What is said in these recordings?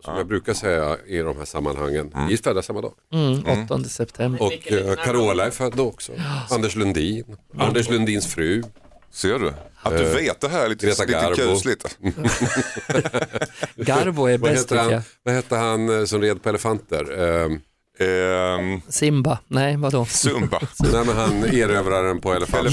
som jag brukar säga i de här sammanhangen. Vi är födda samma dag. 8 september. Och Carola är född också. Anders Lundin. Anders Lundins fru. Ser du? Att du vet det här är lite kusligt. Garbo är bäst tycker jag. Vad heter han som red på elefanter? Simba, nej vadå? Zumba. Nej, men han erövraren på elefant.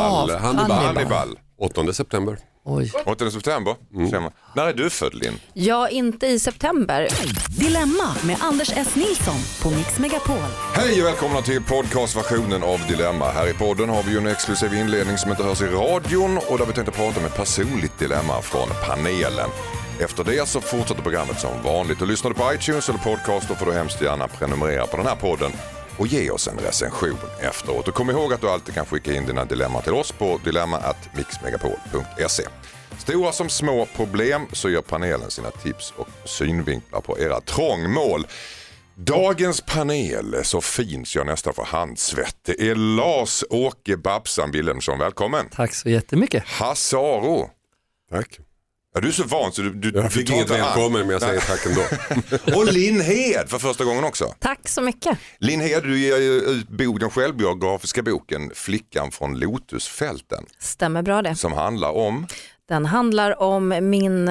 Hannibal. 8 september. Oj. 8 september. När är du född, Linn? Ja, inte i september. Dilemma med Anders S. Nilsson på Mix Megapol. Hej och välkomna till podcastversionen av Dilemma. Här i podden har vi ju en exklusiv inledning som inte hörs i radion och där vi tänkte prata om ett personligt dilemma från panelen. Efter det så fortsätter programmet som vanligt. Och lyssnar du på iTunes eller podcast, då får du hemskt gärna prenumerera på den här podden och ge oss en recension efteråt. Och kom ihåg att du alltid kan skicka in dina dilemma till oss på dilemma@mixmegapol.se. Stora som små problem så gör panelen sina tips och synvinklar på era trångmål. Dagens panel så finns jag nästan för handsvett. Det är Lars-Åke Babsan Wilhelmsson, välkommen. Tack så jättemycket. Hasse Aro. Tack. Ja, du är så van så du jag fick inget välkommen men jag säger tack ändå. Och Linn Hed för första gången också. Tack så mycket. Linn Hed, du ger ju ut den självbiografiska boken Flickan från Lotusfälten. Stämmer bra det. Som handlar om? Den handlar om min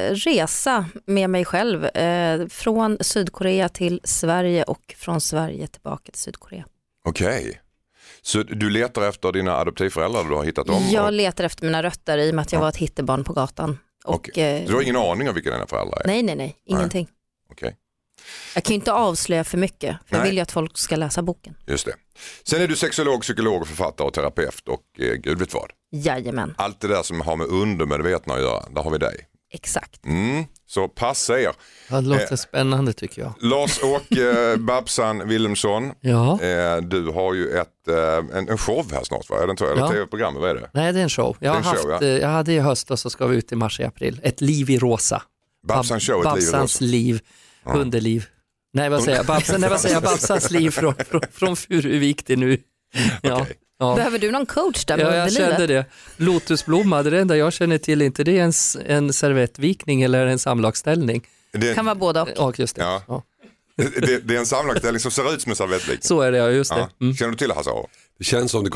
resa med mig själv från Sydkorea till Sverige och från Sverige tillbaka till Sydkorea. Okej. Så du letar efter dina adoptivföräldrar du har hittat dem? Jag letar efter mina rötter i och med att jag var ett hittebarn på gatan. Och, du har ingen aning om vilka dina föräldrar är? Nej, ingenting. Okej. Jag kan ju inte avslöja för mycket, för jag vill ju att folk ska läsa boken. Just det. Sen är du sexolog, psykolog, författare och terapeut och gud vet vad. Jajamän. Allt det där som har med undermedvetna att göra, där har vi dig. Exakt. Så passa er. Det låter spännande tycker jag. Lars-Åke Babsan Wilhelmsson, ja. Du har ju en show här snart, va? Är det inte, eller tv-program, vad är det? Nej, det är en show. Jag hade i höst och så ska vi ut i mars i april. Ett liv i rosa. Babsans show, Babsans liv, underliv. Nej, vad säger jag? Babsans liv från Furuvik till nu. Ja. Okay. Ja. Behöver du någon coach där med jag kände det. Lotusblomma, det enda jag känner till, inte det är en servettvikning eller en samlagsställning. Det kan vara båda och. Ja, just det. Ja. Ja. Det är en samlagsställning som ser ut som en servettvikning. Så är det, just det. Ja. Känner du till Hasse? Det känns som det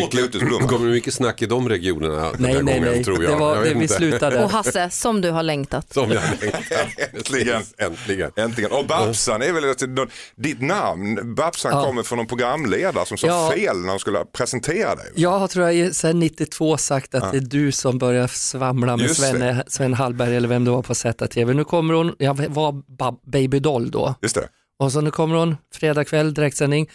kommer mycket snack i de regionerna. Nej. Tror jag. Det var det vi slutade. Och Hasse, som du har längtat. Som jag har längtat. Äntligen. Och Babsan är väl ditt namn. Babsan kommer från någon programledare som sa fel när de skulle presentera dig. Jag tror jag sedan 92 sagt att det är du som börjar svamla med Sven Hallberg eller vem det var på ZTV. Nu kommer hon, jag var Baby Doll då. Just det. Och så nu kommer hon, fredag kväll, direktsändning.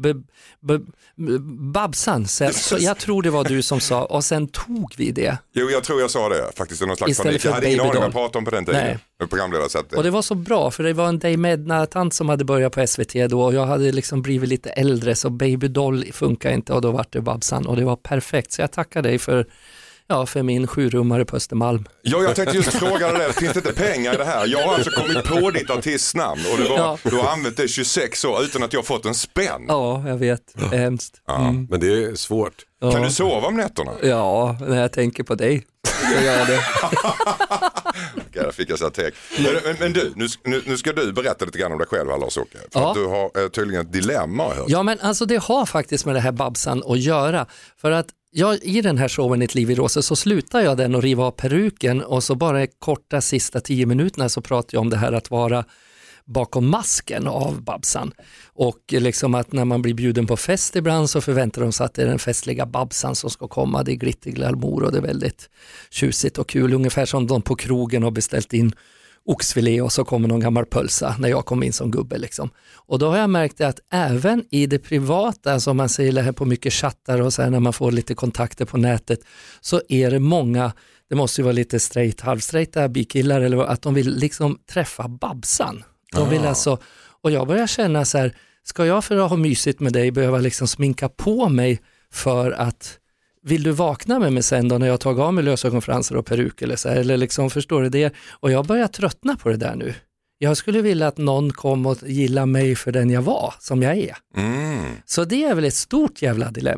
Babsan, så jag tror det var du som sa, och sen tog vi det. Jo, jag tror jag sa det faktiskt. Någon slags panik. Jag hade ingen aning om att prata om på den tiden. Och det var så bra, för det var en Dave Medna-tant som hade börjat på SVT då, och jag hade liksom blivit lite äldre, så Baby Doll funkar inte, och då var det Babsan, och det var perfekt. Så jag tackar dig för min 7-rummare på Östermalm. Ja, jag tänkte just fråga dig, finns det inte pengar i det här? Jag har alltså kommit på ditt artistnamn och du har använt det 26 år utan att jag fått en spänn. Ja, jag vet. Det är hemskt. Men det är svårt. Ja. Kan du sova om nätterna? Ja, när jag tänker på dig. Så gör jag det. Okej, där fick jag så här men du, nu ska du berätta lite grann om dig själv, Lars-Åke. För att du har tydligen ett dilemma. Ja, men alltså det har faktiskt med det här Babsan att göra. För att i den här showen Ett liv i rosa så slutar jag den och riva av peruken, och så bara korta sista 10 minuterna så pratar jag om det här att vara bakom masken av Babsan. Och liksom att när man blir bjuden på fest ibland så förväntar de sig att det är den festliga Babsan som ska komma. Det är glitterglamour och det är väldigt tjusigt och kul. Ungefär som de på krogen har beställt in oxfilé och så kommer någon gammal pölsa när jag kom in som gubbe liksom. Och då har jag märkt att även i det privata, som man säger här på mycket chattar och så här, när man får lite kontakter på nätet, så är det många, det måste ju vara lite straight, halvstraighta bikillar, eller att de vill liksom träffa Babsan. De vill alltså, och jag börjar känna så här, ska jag för att ha mysigt med dig behöva liksom sminka på mig för att, vill du vakna med mig sen då när jag tar av mig lösögonfransar och peruk eller så här, eller liksom, förstår du det? Och jag börjar tröttna på det där nu. Jag skulle vilja att någon kom och gilla mig för den jag var, som jag är. Så det är väl ett stort jävla dilemma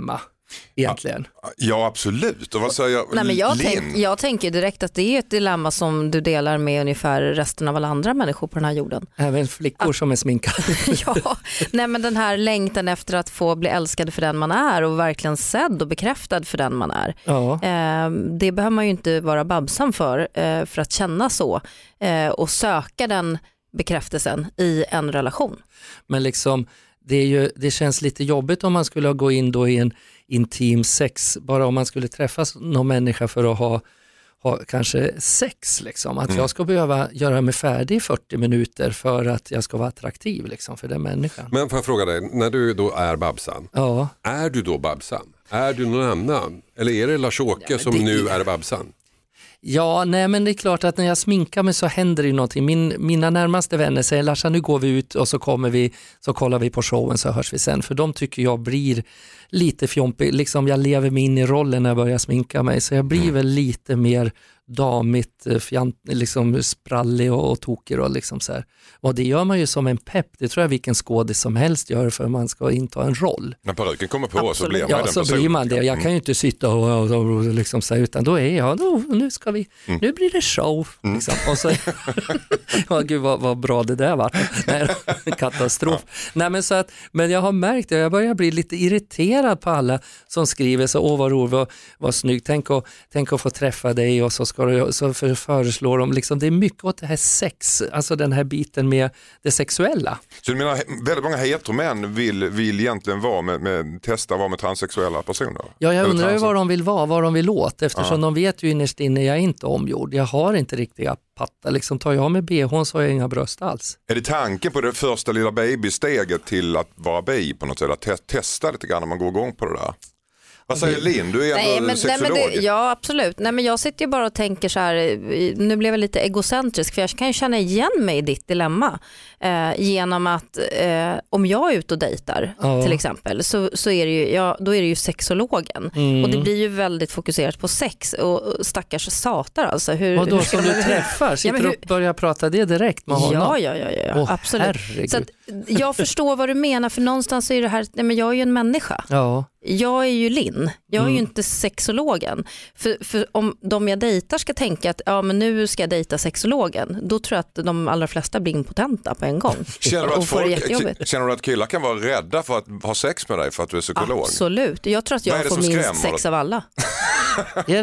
egentligen. Ja, absolut. Och vad säger Nej, men Linn? jag tänker direkt att det är ett dilemma som du delar med ungefär resten av alla andra människor på den här jorden. Även flickor som är sminkade. Ja, nej, men den här längtan efter att få bli älskad för den man är och verkligen sedd och bekräftad för den man är. Ja. Det behöver man ju inte vara babsam för att känna så och söka den bekräftelsen i en relation. Men liksom, det känns lite jobbigt om man skulle gå in då i en intim sex, bara om man skulle träffa någon människa för att ha kanske sex. Liksom. Att jag ska behöva göra mig färdig i 40 minuter för att jag ska vara attraktiv liksom, för den människan. Men får jag fråga dig, när du då är Babsan, är du då Babsan? Är du någon annan? Eller är det Lars-Åke som nu är Babsan? Ja, nej, men det är klart att när jag sminkar mig så händer det ju någonting. Mina närmaste vänner säger, Larsa, nu går vi ut och så kollar vi på showen så hörs vi sen. För de tycker jag blir lite fjompig. Liksom jag lever mig in i rollen när jag börjar sminka mig. Så jag blir väl lite mer damigt, liksom sprallig och tokig och liksom så här. Och det gör man ju som en pepp. Det tror jag vilken skådis som helst gör för man ska inta en roll. När peruken kommer på så blir man den personen. Ja, så blir man det. Jag kan ju inte sitta och liksom så här, utan då är jag, nu blir det show. Liksom. Och så, gud vad bra det där var. Katastrof. Nej, men, så att, men jag har märkt det, jag börjar bli lite irriterad på alla som skriver så, vad roligt, vad snyggt, tänk att få träffa dig och så föreslår de liksom, det är mycket åt det här sex, alltså den här biten med det sexuella. Så du menar väldigt många heteromän vill egentligen testa att vara med transsexuella personer? Ja, jag undrar ju vad de vill vara, vad de vill åt, eftersom de vet ju innerst inne jag är inte omgjord, jag har inte riktiga pattar, liksom tar jag med BH så har jag inga bröst alls. Är det tanken på det första lilla babysteget till att vara bi på något sätt, att testa lite grann när man går igång på det där? Vad säger Linn? Du är ändå sexolog. Ja, absolut. Nej, men jag sitter ju bara och tänker så här, nu blev jag lite egocentrisk för jag kan ju känna igen mig i ditt dilemma. Genom att om jag är ute och dejtar till exempel så är det ju, då är det ju sexologen. Och det blir ju väldigt fokuserat på sex och stackars satar alltså. Och då som du träffar, sitter du och börjar prata det direkt med honom? Ja, absolut. Så att, jag förstår vad du menar för någonstans är det här, nej, men jag är ju en människa. Ja. Jag är ju Linn, jag är ju inte sexologen. För om de jag dejtar ska tänka att men nu ska jag dejta sexologen, då tror jag att de allra flesta blir impotenta på en gång. Känner du att killar kan vara rädda för att ha sex med dig för att du är psykolog? Absolut, jag tror att jag får minst sex av alla. Det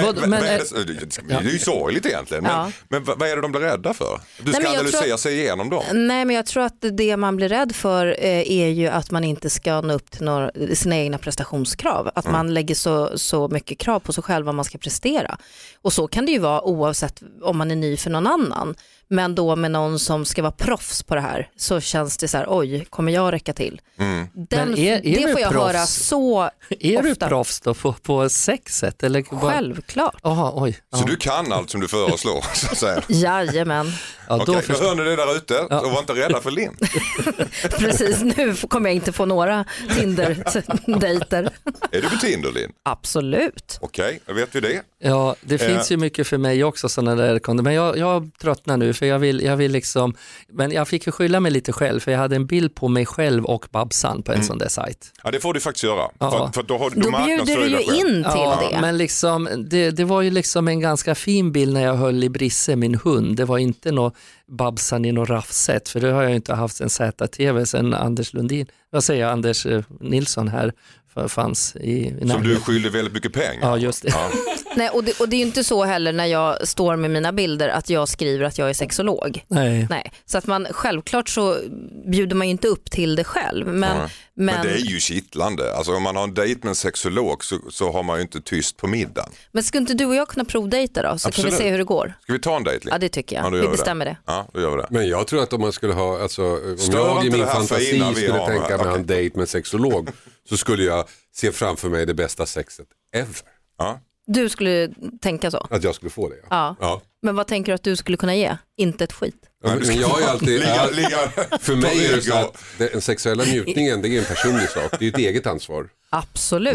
är ju sorgligt egentligen, men vad är det de blir rädda för? Du ska analysera sig igenom dem. Nej, men jag tror att det man blir rädd för är ju att man inte ska nå upp till sina egna prestationskrav. Att man lägger så mycket krav på sig själv vad man ska prestera. Och så kan det ju vara oavsett om man är ny för någon annan. Men då med någon som ska vara proffs på det här så känns det så här, oj, kommer jag räcka till? Det får jag höra så är ofta. Du proffs då på sexet? Eller självklart. Aha, oj. Så du kan allt som du föreslår, så att säga? Jajamän. Ja, då hör ni det där ute och var inte rädda för Linn. Precis, nu kommer jag inte få några Tinder-dejter. Är du på Tinder, Linn? Absolut. Okej, jag vet vi det. Ja, det finns ju mycket för mig också sådana där, men jag tröttnar nu för jag vill liksom, men jag fick ju skylla mig lite själv för jag hade en bild på mig själv och Babsan på en sån där sajt. Ja, det får du faktiskt göra. För då bjuder du ju in till det. Men liksom, det var ju liksom en ganska fin bild när jag höll i Brisse, min hund. Det var inte något Babsan i något raffsätt, för det har jag ju inte haft sen ZTV, sen Anders Lundin. Vad säger jag, Anders Nilsson här fanns i som du skyllde väldigt mycket pengar. Ja, just det. Ja. Nej, och det är ju inte så heller när jag står med mina bilder att jag skriver att jag är sexolog. Nej. Så att man, självklart så bjuder man ju inte upp till det själv. Men det är ju kittlande. Alltså om man har en dejt med en sexolog så har man ju inte tyst på middagen. Men skulle inte du och jag kunna provdejta då? Så Absolut. Kan vi se hur det går. Ska vi ta en dejt? Ja, det tycker jag. Ja, vi bestämmer det. Ja, då gör vi det. Men jag tror att om man skulle ha, alltså, om jag i min fantasi skulle tänka mig en dejt med en sexolog så skulle jag se framför mig det bästa sexet ever. Ja. Du skulle tänka så? Att jag skulle få det, ja. Men vad tänker du att du skulle kunna ge? Inte ett skit. Men jag är alltid, för mig är det så att den sexuella njutningen, det är en personlig sak. Det är ett eget ansvar. Absolut,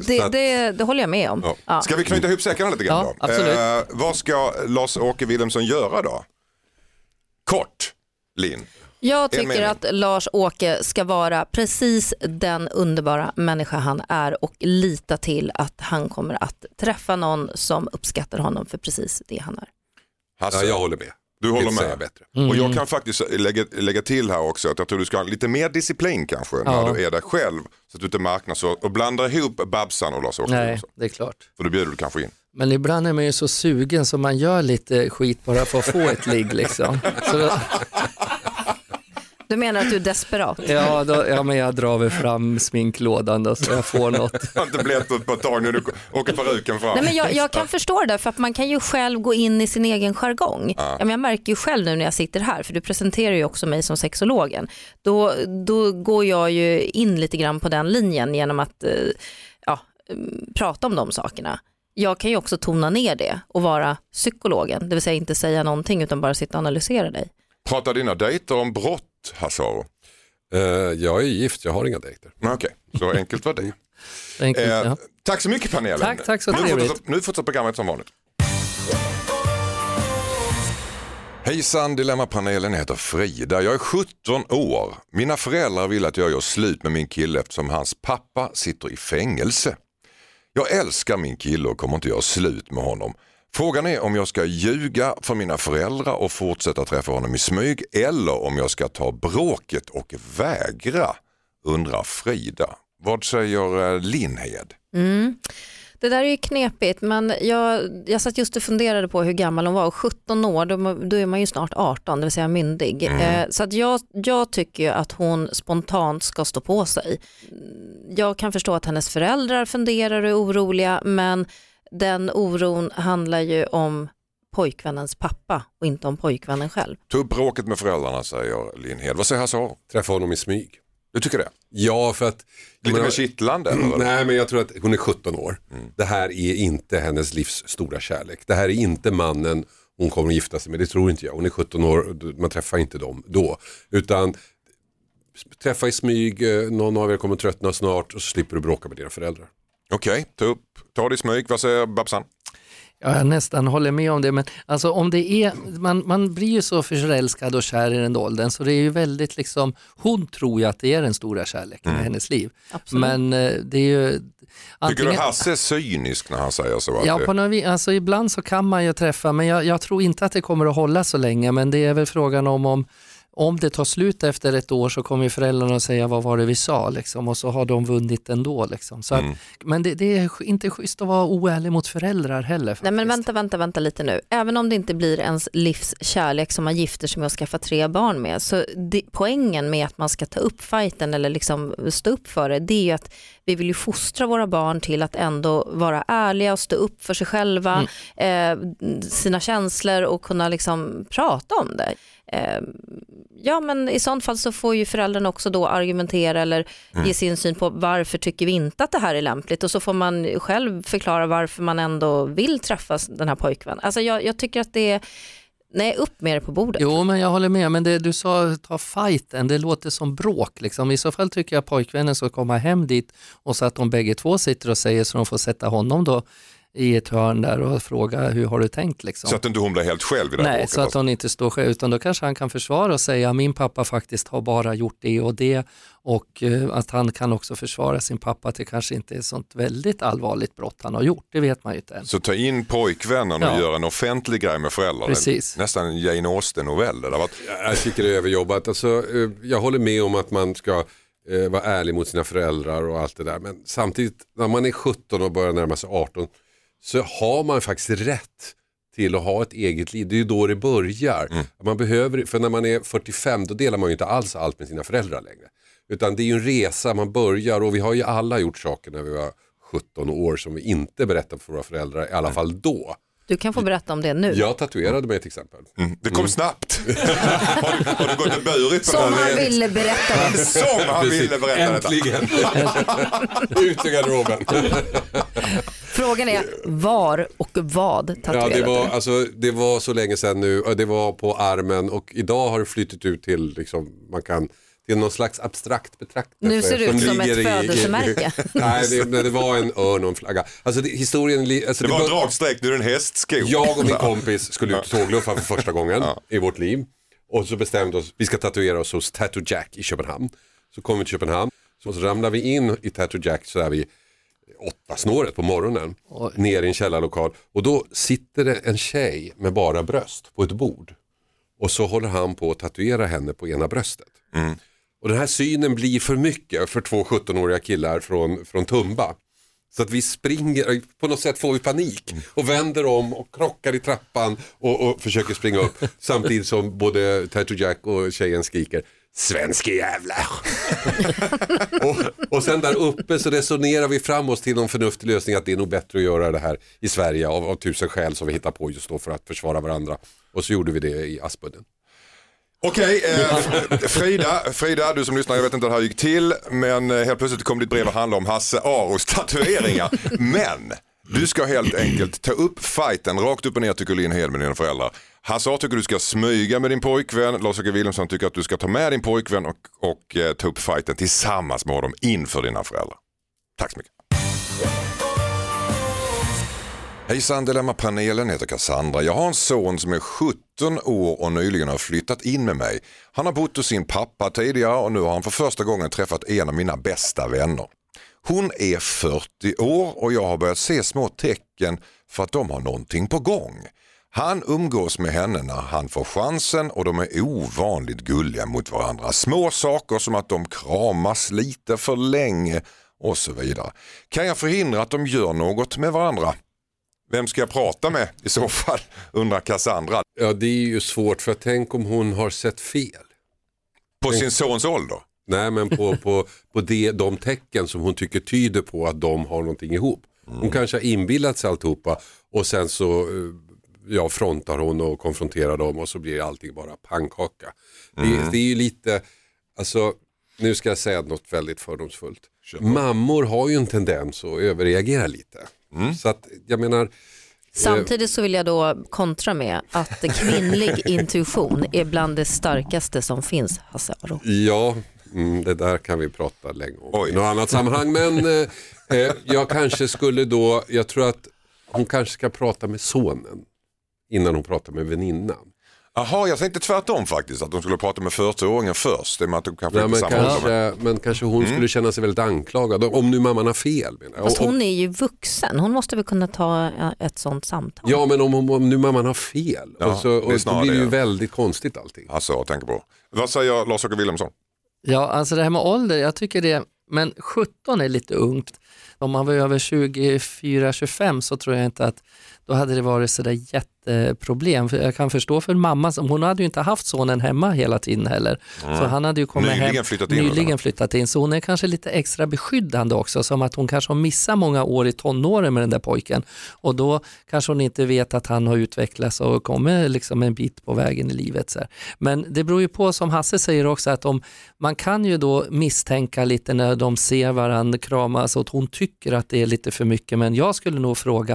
det håller jag med om. Ja. Ja. Ska vi knyta ihop säckarna lite grann då? Absolut. Vad ska Lars-Åke Wilhelmsson göra då? Kort, Linn. Jag tycker att Lars-Åke ska vara precis den underbara människa han är och lita till att han kommer att träffa någon som uppskattar honom för precis det han är. Hasse, jag håller med. Du håller med? Bättre. Och jag kan faktiskt lägga till här också att jag tror du ska ha lite mer disciplin kanske när du är där själv. Så att du inte marknadsför och blandar ihop Babsan och Lars-Åke. Nej, det är klart. För då bjuder du kanske in. Men ibland är man ju så sugen så man gör lite skit bara för att få ett ligg liksom. Så... Du menar att du är desperat? Ja, men jag drar väl fram sminklådan då, så jag får något. Jag har inte blivit på ett tag när du åker peruken fram. Nej, men jag kan förstå det, för att man kan ju själv gå in i sin egen jargong. Ja, men jag märker ju själv nu när jag sitter här, för du presenterar ju också mig som sexologen. Då går jag ju in lite grann på den linjen genom att prata om de sakerna. Jag kan ju också tona ner det och vara psykologen, det vill säga inte säga någonting utan bara sitta och analysera dig. Pratar dina dejter om brott, Hassaro? Jag är gift, jag har inga dejter. Okej, så enkelt var det. Enkelt, ja. Tack så mycket panelen. Tack så trevligt. Nu fortsätter programmet som vanligt. Hejsan, Dilemmapanelen heter Frida. Jag är 17 år. Mina föräldrar vill att jag gör slut med min kille eftersom hans pappa sitter i fängelse. Jag älskar min kille och kommer inte göra slut med honom. Frågan är om jag ska ljuga för mina föräldrar och fortsätta träffa honom i smyg eller om jag ska ta bråket och vägra, undrar Frida. Vad säger Lindhed? Det där är ju knepigt, men jag satt just och funderade på hur gammal hon var. Och 17 år, då är man ju snart 18, det vill säga myndig. Så att jag tycker ju att hon spontant ska stå på sig. Jag kan förstå att hennes föräldrar funderar och är oroliga, men den oron handlar ju om pojkvännens pappa och inte om pojkvännen själv. Ta upp bråket med föräldrarna, säger Lindhed. Vad säger Hasse? Träffa honom i smyg. Du tycker det? Ja, för att... Lite mer kittlande? Nej, men jag tror att hon är 17 år. Det här är inte hennes livs stora kärlek. Det här är inte mannen hon kommer att gifta sig med. Det tror inte jag. Hon är 17 år, man träffar inte dem då. Utan träffa i smyg, någon av er kommer tröttna snart och så slipper du bråka med dina föräldrar. Okej, ta det i smyg. Vad säger Babsan? Jag nästan håller med om det, men alltså om det är, man blir ju så förälskad och kär i den åldern, så det är ju väldigt liksom, hon tror ju att det är den stora kärleken i hennes liv. Absolut. Men det är ju tycker du Hasse är cynisk när han säger så? Ja, på något vis, alltså ibland så kan man ju träffa, men jag tror inte att det kommer att hålla så länge, men det är väl frågan om det tar slut efter ett år så kommer föräldrarna att säga vad var det vi sa liksom, och så har de vunnit ändå liksom. Så att, men det är inte schysst att vara oärlig mot föräldrar heller faktiskt. Nej, men vänta lite nu. Även om det inte blir ens livs kärlek som man gifter sig med och skaffa 3 barn med, så poängen med att man ska ta upp fighten eller liksom stå upp för det är ju att vi vill ju fostra våra barn till att ändå vara ärliga och stå upp för sig själva, sina känslor och kunna liksom prata om det. Ja, men i sånt fall så får ju föräldrarna också då argumentera eller ge sin syn på varför tycker vi inte att det här är lämpligt, och så får man själv förklara varför man ändå vill träffa den här pojkvän. Alltså jag tycker att det är, nej, upp med det på bordet. Jo, men jag håller med, men det du sa, ta fighten, det låter som bråk liksom. I så fall tycker jag pojkvännen ska komma hem dit och så att de bägge två sitter och säger, så de får sätta honom då i ett hörn där och fråga hur har du tänkt liksom. Så att inte hon blir helt själv i det här. Nej, så att hon inte står själv, utan då kanske han kan försvara och säga min pappa faktiskt har bara gjort det och det, och att han kan också försvara sin pappa att det kanske inte är sånt väldigt allvarligt brott han har gjort, det vet man ju inte än. Så ta in pojkvännen och göra en offentlig grej med föräldrarna. Precis. Nästan en Jane Austen-novell. Jag tycker det är överjobbat. Alltså, jag håller med om att man ska vara ärlig mot sina föräldrar och allt det där, men samtidigt när man är 17 och börjar närma sig 18 så har man faktiskt rätt till att ha ett eget liv. Det är ju då det börjar. Man behöver, för när man är 45 då delar man ju inte alls allt med sina föräldrar längre. Utan det är ju en resa, man börjar, och vi har ju alla gjort saker när vi var 17 år som vi inte berättade för våra föräldrar, i alla fall då. Du kan få berätta om det nu. Jag tatuerade mig till exempel. Det kom snabbt. har du gått och burit på som han ville berätta det. Som han ville berätta det. Äntligen. Ut i garderoben. Frågan är var och vad tatuerade du? Det var så länge sedan nu. Det var på armen, och idag har det flyttat ut till liksom, man kan, till någon slags abstrakt betraktelse. Nu ser det ut som ett födelsemärke. Nej, det var en örn och en flagga. Alltså historien... Alltså, det var en dragsträck, nu är det en hästsko. Jag och min kompis skulle ut tågluffa för första gången i vårt liv. Och så bestämde oss, vi ska tatuera oss hos Tattoo Jack i Köpenhamn. Så kom vi till Köpenhamn, så ramlar vi in i Tattoo Jack så är vi 8-snåret på morgonen. Ner i en källarlokal. Och då sitter det en tjej med bara bröst på ett bord. Och så håller han på att tatuera henne på ena bröstet. Och den här synen blir för mycket för 2 17-åriga killar från Tumba. Så att vi springer, på något sätt får vi panik och vänder om och krockar i trappan och försöker springa upp. Samtidigt som både Tattoo Jack och tjejen skriker svenske jävlar. och sen där uppe så resonerar vi fram oss till någon förnuftig lösning att det är nog bättre att göra det här i Sverige av 1000 skäl som vi hittar på just då för att försvara varandra. Och så gjorde vi det i Aspudden. Okej, Frida, du som lyssnar, jag vet inte hur det här gick till, men helt plötsligt kom ditt brev att handla om Hasse Aros tatueringar. Men du ska helt enkelt ta upp fighten rakt upp och ner, tycker Linn Hed med dina föräldrar. Hasse Aro tycker du ska smyga med din pojkvän, Lars-Åke Wilhelmsson tycker att du ska ta med din pojkvän och ta upp fighten tillsammans med dem inför dina föräldrar. Tack så mycket. Hejsan, Dilemma-panelen, heter Cassandra. Jag har en son som är 17 år och nyligen har flyttat in med mig. Han har bott hos sin pappa tidigare och nu har han för första gången träffat en av mina bästa vänner. Hon är 40 år och jag har börjat se små tecken för att de har någonting på gång. Han umgås med henne när han får chansen och de är ovanligt gulliga mot varandra. Små saker som att de kramas lite för länge och så vidare. Kan jag förhindra att de gör något med varandra? Vem ska jag prata med i så fall, undrar Cassandra. Ja, det är ju svårt, för tänk om hon har sett fel. På sin sons ålder? Nej, men på de tecken som hon tycker tyder på att de har någonting ihop. Hon kanske har inbillat sig alltihopa och sen så frontar hon och konfronterar dem och så blir allting bara pannkaka. Det är ju lite, alltså nu ska jag säga något väldigt fördomsfullt. Mammor har ju en tendens att överreagera lite. Så att jag menar... Samtidigt så vill jag då kontra med att kvinnlig intuition är bland det starkaste som finns, Hasse Aro. Ja, det där kan vi prata länge om i något annat sammanhang. Men jag kanske skulle då, jag tror att hon kanske ska prata med sonen innan hon pratar med väninnan. Jaha, jag tänkte tvärtom faktiskt, att de skulle prata med 40-åringen först. Det med att de men kanske hon skulle känna sig väldigt anklagad, om nu mamman har fel. Fast hon är ju vuxen, hon måste väl kunna ta ett sånt samtal. Ja, men om nu mamman har fel, ja, och då blir det ju väldigt konstigt allting. Alltså, jag tänker på. Vad säger Lars-Åke Wilhelmsson? Ja, alltså det här med ålder, jag tycker det, men 17 är lite ungt. Om man var över 24-25 så tror jag inte att då hade det varit sådär jätteproblem. För jag kan förstå för mamma, hon hade ju inte haft sonen hemma hela tiden heller. Så han hade ju kommit nyligen flyttat in. Så hon är kanske lite extra beskyddande också, som att hon kanske har missat många år i tonåren med den där pojken. Och då kanske hon inte vet att han har utvecklats och kommer liksom en bit på vägen i livet. Så här. Men det beror ju på, som Hasse säger också, att man kan ju då misstänka lite när de ser varandra kramas och att hon tycker att det är lite för mycket. Men jag skulle nog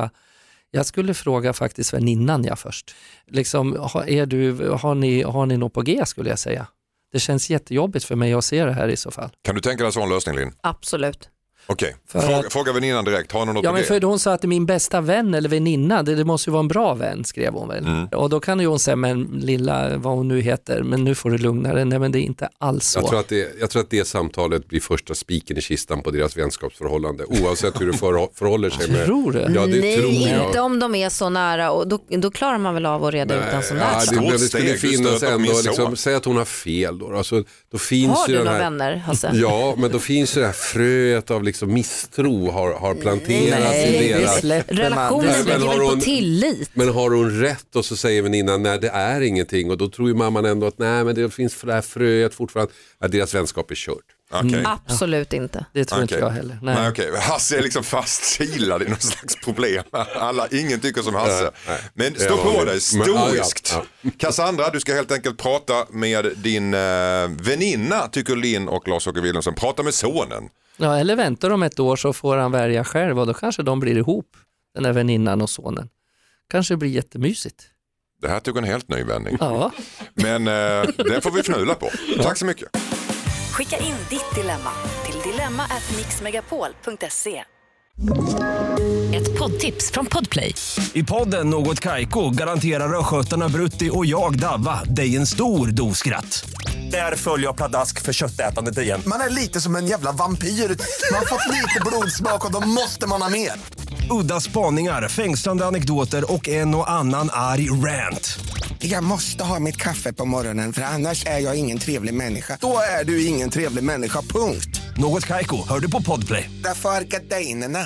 fråga faktiskt väninnan först. Liksom, har ni något på G, skulle jag säga. Det känns jättejobbigt för mig att se det här i så fall. Kan du tänka dig en sån lösning, Linn? Absolut. Okej, fråga väninnan direkt. Har hon något på men G? för hon sa att min bästa vän eller väninna, det måste ju vara en bra vän, skrev hon väl. Och då kan ju hon säga, men lilla, vad hon nu heter, men nu får du lugna dig. Nej, men det är inte alls så. Jag tror att det samtalet blir första spiken i kistan på deras vänskapsförhållande, oavsett hur det förhåller sig med. Tror du? Ja, det nej, tror jag. Inte om de är så nära, och då klarar man väl av att reda ut en sån där. Det skulle finnas ändå, liksom, säg att hon har fel då. Alltså, då finns har ju du några här, vänner, Hasse? Ja, men då finns ju det här fröet av liksom misstro har planterats i deras. Relationen bygger väl på tillit. Men har hon rätt och så säger väninnan, nej det är ingenting, och då tror ju mamman ändå att nej, men det finns det här fröet fortfarande, att deras vänskap är kört. Okay. Absolut inte. Det tror inte jag heller. Nej. Hasse är liksom fastkilad i någon slags problem. Ingen tycker som Hasse. Men stå på dig, stoiskt. Cassandra, du ska helt enkelt prata med din väninna, tycker Linn och Lars-Åke Wilhelmsson. Prata med sonen. Ja, eller väntar de ett år så får han välja själv, och då kanske de blir ihop, den där väninnan och sonen. Kanske blir jättemysigt. Det här tog en helt ny vändning. Ja. Men det får vi fnula på. Tack så mycket. Skicka in ditt dilemma till dilemma@mixmegapol.se. Ett Ett poddtips från Podplay. I podden Något Kaiko garanterar östgötarna Brutti och jag Davva dig en stor doskratt. Där följer jag pladask för köttätandet igen. Man är lite som en jävla vampyr. Man har fått lite blodsmak och då måste man ha mer. Udda spaningar, fängslande anekdoter och en och annan arg rant. Jag måste ha mitt kaffe på morgonen för annars är jag ingen trevlig människa. Då är du ingen trevlig människa, punkt. Något Kaiko, hör du på Podplay. Därför är gardinerna.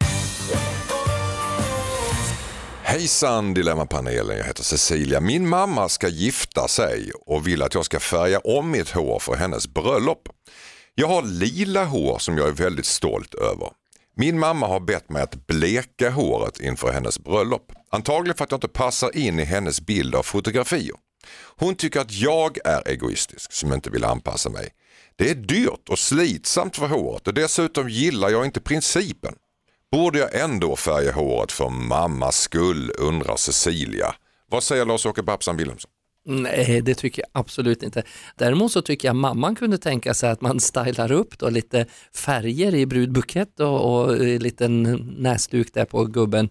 Hejsan Dilemmapanelen, jag heter Cecilia. Min mamma ska gifta sig och vill att jag ska färga om mitt hår för hennes bröllop. Jag har lila hår som jag är väldigt stolt över. Min mamma har bett mig att bleka håret inför hennes bröllop. Antagligen för att jag inte passar in i hennes bild av fotografier. Hon tycker att jag är egoistisk som inte vill anpassa mig. Det är dyrt och slitsamt för håret och dessutom gillar jag inte principen. Borde jag ändå färga håret för mammas skull, undrar Cecilia. Vad säger Lars-Åke Babsan Wilhelmsson? Nej, det tycker jag absolut inte. Däremot så tycker jag mamman kunde tänka sig att man stylar upp då lite färger i brudbukett och en liten näsduk där på gubben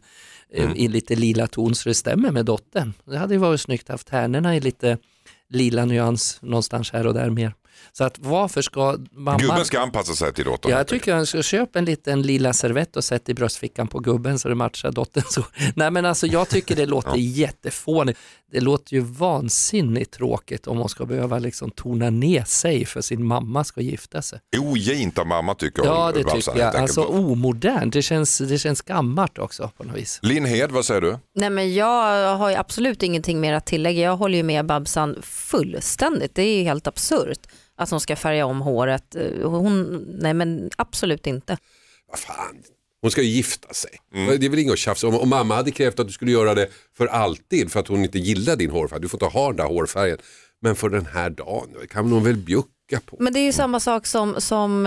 i lite lila ton så det stämmer med dottern. Det hade ju varit snyggt haft tärnorna i lite lila nyans någonstans här och där mer. Så att varför ska mamma... Gubben ska anpassa sig till dottern. Jag tycker han ska köpa en liten lila servett och sätta i bröstfickan på gubben så det matchar dottern. Så. Nej men alltså jag tycker det låter jättefånigt. Det låter ju vansinnigt tråkigt om hon ska behöva liksom tona ner sig för sin mamma ska gifta sig. Ogint av mamma tycker Ja det tycker jag. Alltså omodernt. Det känns gammalt också på något vis. Linnhed, vad säger du? Nej men jag har ju absolut ingenting mer att tillägga. Jag håller ju med Babsan fullständigt. Det är ju helt absurt att hon ska färga om håret. Nej men absolut inte. Vad fan, hon ska ju gifta sig. Det är väl inget att tjafsa om mamma hade krävt att du skulle göra det för alltid för att hon inte gillar din hårfärg. Du får inte ha den där hårfärgen. Men för den här dagen kan hon väl bjucka på. Men det är ju samma sak som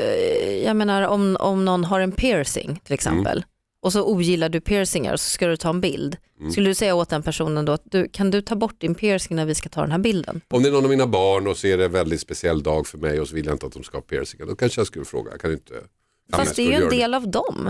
jag menar om någon har en piercing till exempel. Och så ogillar du piercingar så ska du ta en bild. Skulle du säga åt den personen då att kan du ta bort din piercing när vi ska ta den här bilden? Om det är någon av mina barn och så är det en väldigt speciell dag för mig och så vill jag inte att de ska ha piercingar, då kanske jag skulle fråga. Kan du inte... Fast det är ju en del av dem.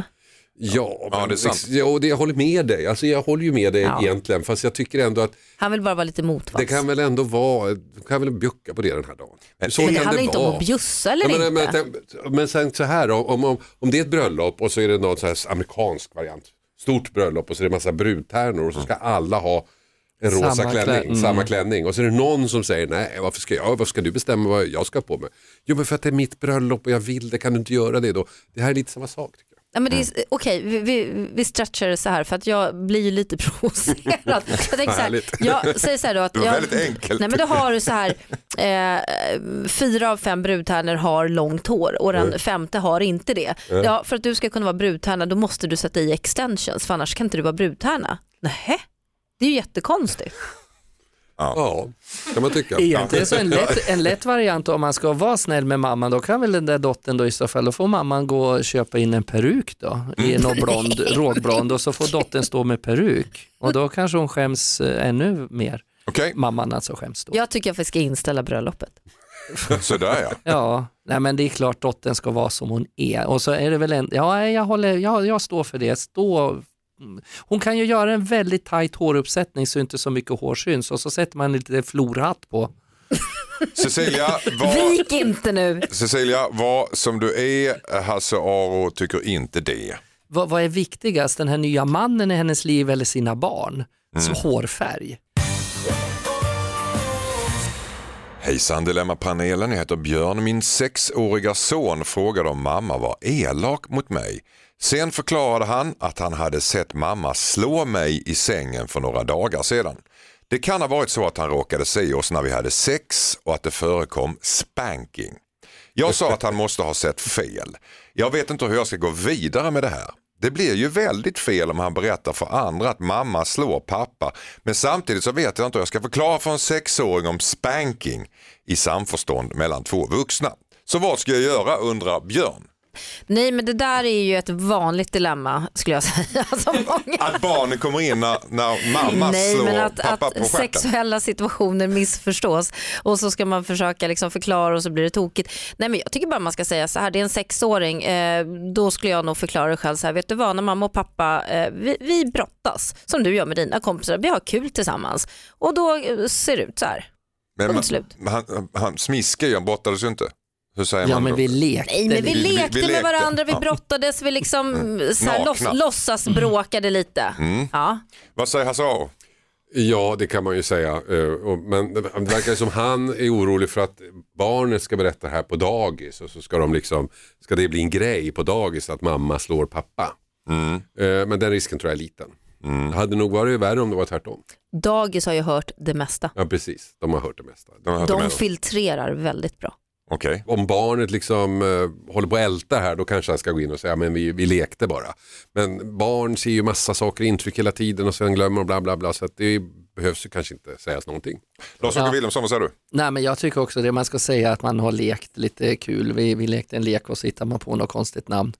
Ja, men, det är sant. Jag håller med dig. Alltså jag håller ju med dig egentligen. Fast jag tycker ändå att... Han vill bara vara lite motvalls. Det kan väl ändå vara... Du kan väl bjucka på det den här dagen. Men det handlar inte om att bjussa eller inte. Men sen så här om det är ett bröllop och så är det någon så här amerikansk variant. Stort bröllop och så är det massa brudtärnor och så ska alla ha en rosa klänning, samma klänning. Och så är det någon som säger, nej varför ska du bestämma vad jag ska på mig? Jo men för att det är mitt bröllop och jag vill det, kan du inte göra det då? Det här är lite samma sak tycker jag. Ja, men det är, okej, vi stretchar det så här för att jag blir ju lite provocerad. Jag tänker så här, jag säger så här då att det var väldigt enkelt. Nej men du har så här 4 av 5 brudtärnor har långt hår och den 5:e har inte det. Ja, för att du ska kunna vara brudtärna då måste du sätta i extensions för annars kan inte du vara brudtärna. Nej, det är ju jättekonstigt. Ja, kan man tycka. Egentligen så en lätt variant om man ska vara snäll med mamman, då kan väl den där dottern då i så fall, då får mamman gå och köpa in en peruk då, i någon rådblond och så får dottern stå med peruk och då kanske hon skäms ännu mer. Mamman alltså skäms då. Jag tycker att vi ska inställa bröllopet. Sådär ja. Ja, nej men det är klart dottern ska vara som hon är och så är det väl jag står för det, hon kan ju göra en väldigt tajt håruppsättning så inte så mycket hår syns och så sätter man lite florhatt på. Cecilia, vik inte nu. Cecilia, vad som du är, Hasse Aro tycker inte det. Vad är viktigast, den här nya mannen i hennes liv eller sina barn? Så hårfärg. Hejsan Dilemmapanelen, jag heter Björn. Min 6-åriga son frågade om mamma var elak mot mig. Sen förklarade han att han hade sett mamma slå mig i sängen för några dagar sedan. Det kan ha varit så att han råkade se oss när vi hade sex och att det förekom spanking. Jag sa att han måste ha sett fel. Jag vet inte hur jag ska gå vidare med det här. Det blir ju väldigt fel om han berättar för andra att mamma slår pappa. Men samtidigt så vet jag inte hur jag ska förklara för en 6-åring om spanking i samförstånd mellan 2 vuxna. Så vad ska jag göra, undrar Björn. Nej, men det där är ju ett vanligt dilemma skulle jag säga. Alltså, Att barnen kommer in när mamma slår pappa på stjärten. Sexuella situationer missförstås och så ska man försöka liksom förklara och så blir det tokigt. Nej, men jag tycker bara man ska säga så här, det är en 6-åring, då skulle jag nog förklara det själv så här, vet du vad, när mamma och pappa, vi brottas som du gör med dina kompisar, vi har kul tillsammans och då ser det ut så här. Men han smiskar ju, han brottades ju inte. Hur säger man men vi lekte. Nej, men vi lekte vi med varandra, vi brottades, vi liksom så här, låtsas bråkade lite. Ja. Vad säger Hassao? Ja, det kan man ju säga. Men det verkar som han är orolig för att barnet ska berätta här på dagis. Och så ska det bli en grej på dagis att mamma slår pappa. Men den risken tror jag är liten. Det hade nog varit värre om det var tvärtom. Dagis har ju hört det mesta. Ja, precis. De har hört det mesta. De filtrerar väldigt bra. Okay. Om barnet liksom håller på att älta här, då kanske han ska gå in och säga men vi lekte bara. Men barn ser ju massa saker, intryck hela tiden och sen glömmer och bla bla bla, så att det behövs ju kanske inte sägas någonting. Lars-Åke Wilhelmsson, vad säger du? Nej, men jag tycker också det man ska säga att man har lekt lite kul. Vi lekte en lek och så hittar man på något konstigt namn.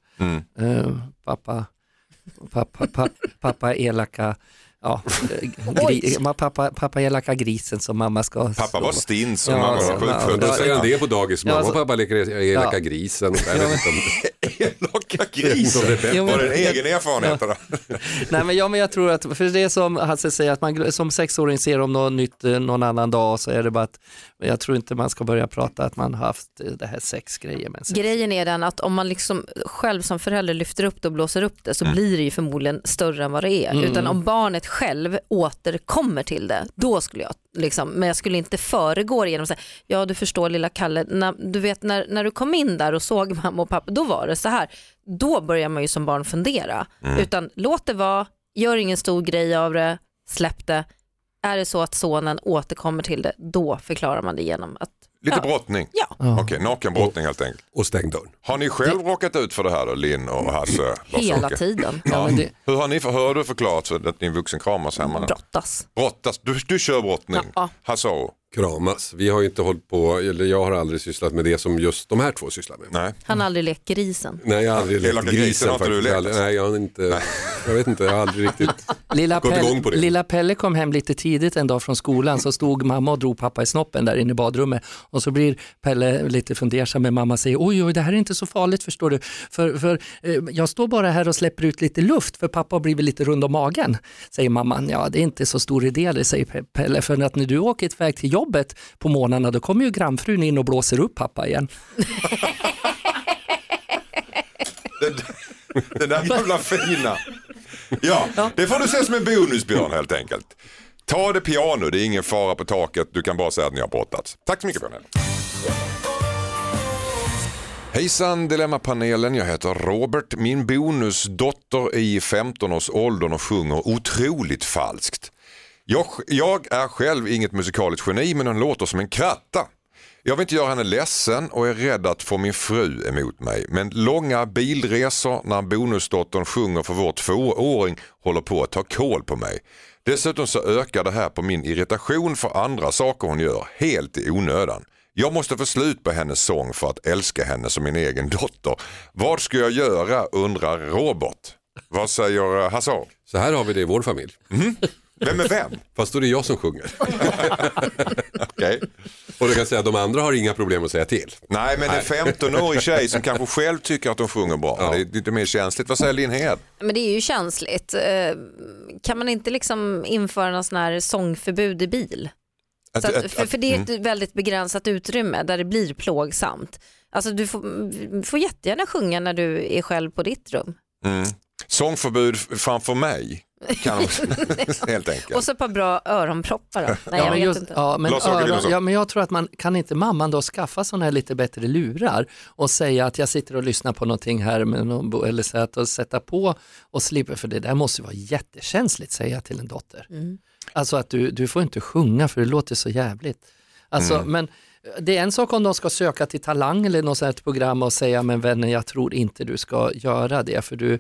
Pappa elaka. Ja, pappa elaka grisen som mamma ska... Pappa var stins som Ja, mamma var sjukfund. Då säger han det på dagis. Mamma och pappa leker elaka grisen. Elaka grisen? Var det en egen erfarenhet då? Nej, men jag tror att, för det är som Hasse säger, att man som 6-åring ser om något nytt någon annan dag, så är det bara att jag tror inte man ska börja prata att man har haft det här sexgrejen. Grejen är den att om man liksom själv som förälder lyfter upp det och blåser upp det, så blir det ju förmodligen större än vad det är. Utan om barnet själv återkommer till det, då skulle jag liksom, men jag skulle inte föregå genom att säga, ja du förstår lilla Kalle, du vet när du kom in där och såg mamma och pappa, då var det så här. Då börjar man ju som barn fundera. Utan låt det vara, gör ingen stor grej av det, släpp det. Är det så att sonen återkommer till det, då förklarar man det genom att... Lite brottning? Ja. Okej, nakenbrottning helt enkelt. Och stäng dörren. Har ni själv råkat ut för det här då, Linn och Hasse? Hela tiden. Ja. Hur har du förklarat för att din vuxen kramas hemma? Brottas. Du kör brottning? Ja. Hasse? Kramas. Vi har ju inte hållit på, eller jag har aldrig sysslat med det som just de här två sysslar med. Nej. Han har aldrig lekt grisen. Nej, jag har aldrig lekt grisen har faktiskt. Nej, jag har inte. Jag vet inte, jag har aldrig riktigt gått igång på det. Lilla Pelle kom hem lite tidigt en dag från skolan, så stod mamma och drog pappa i snoppen där inne i badrummet, och så blir Pelle lite fundersam, med mamma säger oj, det här är inte så farligt, förstår du, för jag står bara här och släpper ut lite luft, för pappa har blivit lite rund om magen, säger mamman. Ja, det är inte så stor idé det, säger Pelle, för att när du åker iväg till jobbet på morgnarna, då kommer ju grannfrun in och blåser upp pappa igen. Den där jävla fina. Ja, det får du se som en bonusbjörn helt enkelt. Ta det piano, det är ingen fara på taket. Du kan bara säga att ni har brottats. Tack så mycket för den. Hejsan Dilemmapanelen, jag heter Robert. Min bonusdotter är i 15-årsåldern och sjunger otroligt falskt. Jag är själv inget musikaliskt geni, men hon låter som en kratta. Jag vill inte göra henne ledsen och är rädd att få min fru emot mig. Men långa bilresor när bonusdottern sjunger för vår 2-åring håller på att ta kål på mig. Dessutom så ökar det här på min irritation för andra saker hon gör, helt i onödan. Jag måste få slut på hennes sång för att älska henne som min egen dotter. Vad ska jag göra, undrar Robert. Vad säger Hasse? Så här har vi det i vår familj. Vem är vem? Fast då är det jag som sjunger. Okay. Och du kan säga att de andra har inga problem att säga till. Nej, men en 15-årig tjej som kanske själv tycker att de sjunger bra. Ja. Det är lite mer känsligt. Vad säger Linn Hed? Men det är ju känsligt. Kan man inte liksom införa någon sån här sångförbud i bil? För det är ett väldigt begränsat utrymme där det blir plågsamt. Alltså du får jättegärna sjunga när du är själv på ditt rum. Sångförbud framför mig. Helt enkelt. Och så ett par bra öronproppar då. Nej, jag vet inte. Men jag tror att man kan inte mamman då skaffa såna här lite bättre lurar och säga att jag sitter och lyssnar på någonting här med någon, eller så att sätta på och slippa, för det där måste vara jättekänsligt, säga till en dotter. Alltså att du får inte sjunga för det låter så jävligt. Alltså, men det är en sak om de ska söka till Talang eller något sånt här program och säga, men vännen, jag tror inte du ska göra det, för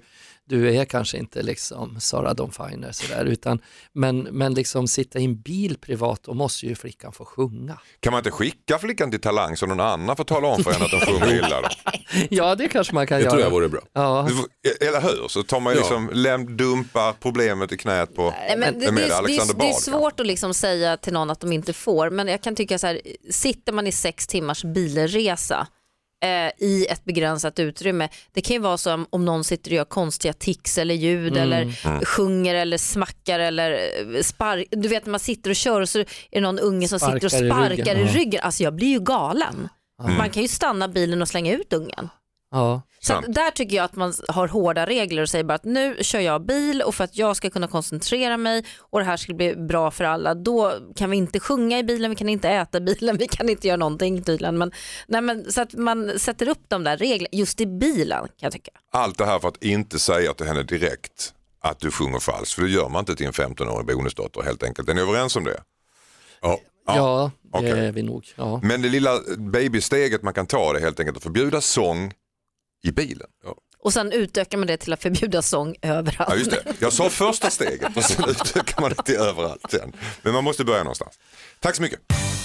du är kanske inte liksom Sarah Dawn Finer sådär, utan men liksom sitta i en bil privat, och måste ju flickan få sjunga. Kan man inte skicka flickan till Talang så någon annan får tala om för henne att de sjunger illa då? Ja, det kanske man kan göra. Det tror jag vore bra. Ja. Eller hur? Så tar man liksom dumpar problemet i knät på Alexander Bard. Det är svårt att liksom säga till någon att de inte får, men jag kan tycka så här, sitter man i 6 timmars bilresa i ett begränsat utrymme. Det kan ju vara så om någon sitter och gör konstiga tics eller ljud eller sjunger eller smackar eller du vet, man sitter och kör och så är det någon unge som sitter och sparkar i ryggen. Alltså jag blir ju galen. Man kan ju stanna bilen och slänga ut ungen. Ja. Så där tycker jag att man har hårda regler och säger bara att nu kör jag bil, och för att jag ska kunna koncentrera mig och det här ska bli bra för alla, då kan vi inte sjunga i bilen, vi kan inte äta i bilen, vi kan inte göra någonting tydligen. Men så att man sätter upp de där reglerna just i bilen, kan jag tycka. Allt det här för att inte säga till henne direkt att du sjunger falskt, för det gör man inte till en 15-årig bonusdotter helt enkelt. Är ni överens om det? Ja, det okay. är vi nog. Ja. Men det lilla babysteget man kan ta, det helt enkelt att förbjuda sång i bilen. Ja. Och sen utökar man det till att förbjuda sång överallt. Ja, just det. Jag sa första steget och sen utökar man det till överallt sen. Men man måste börja någonstans. Tack så mycket.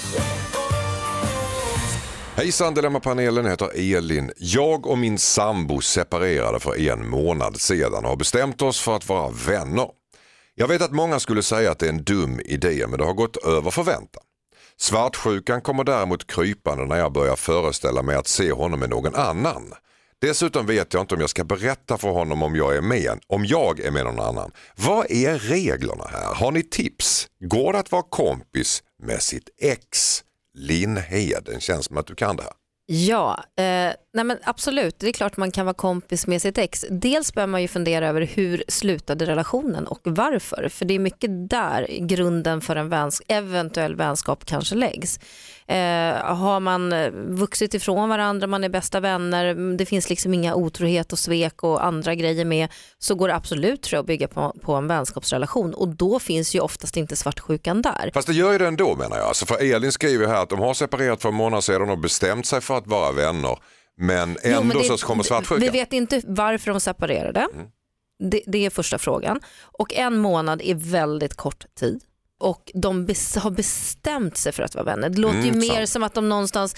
Hejsan, Dilemma-panelen, heter Elin. Jag och min sambo separerade för 1 månad sedan och har bestämt oss för att vara vänner. Jag vet att många skulle säga att det är en dum idé, men det har gått över förväntan. Svartsjukan kommer däremot krypande när jag börjar föreställa mig att se honom med någon annan. Dessutom vet jag inte om jag ska berätta för honom om jag är med någon annan. Vad är reglerna här? Har ni tips? Går det att vara kompis med sitt ex? Linn Heden, känns som att du kan det här. Ja, nej men absolut. Det är klart man kan vara kompis med sitt ex. Dels bör man ju fundera över hur slutade relationen och varför. För det är mycket där grunden för en eventuell vänskap kanske läggs. Har man vuxit ifrån varandra, man är bästa vänner, det finns liksom inga otrohet och svek och andra grejer med, så går det absolut, tror jag, att bygga på en vänskapsrelation, och då finns ju oftast inte svartsjukan där. Fast det gör ju det ändå, menar jag. Alltså, för Elin skriver här att de har separerat för en månad sedan och bestämt sig för att vara vänner, men ändå så kommer svartsjukan. Vi vet inte varför de separerade. Det är första frågan. Och 1 månad är väldigt kort tid. Och de har bestämt sig för att vara vänner. Det låter ju mer som att de någonstans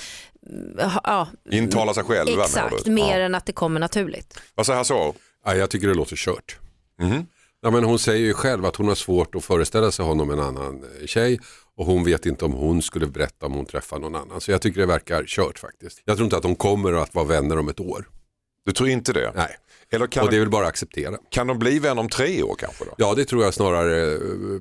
intalar sig själva. Exakt, mer än att det kommer naturligt. Vad säger så? Ja, jag tycker det låter kört. Ja, men hon säger ju själv att hon har svårt att föreställa sig honom en annan tjej, och hon vet inte om hon skulle berätta om hon träffar någon annan. Så jag tycker det verkar kört faktiskt. Jag tror inte att de kommer att vara vänner om 1 år. Du tror inte det? Nej. Eller och det är väl bara att acceptera. Kan de bli vänner om 3 år kanske då? Ja, det tror jag snarare.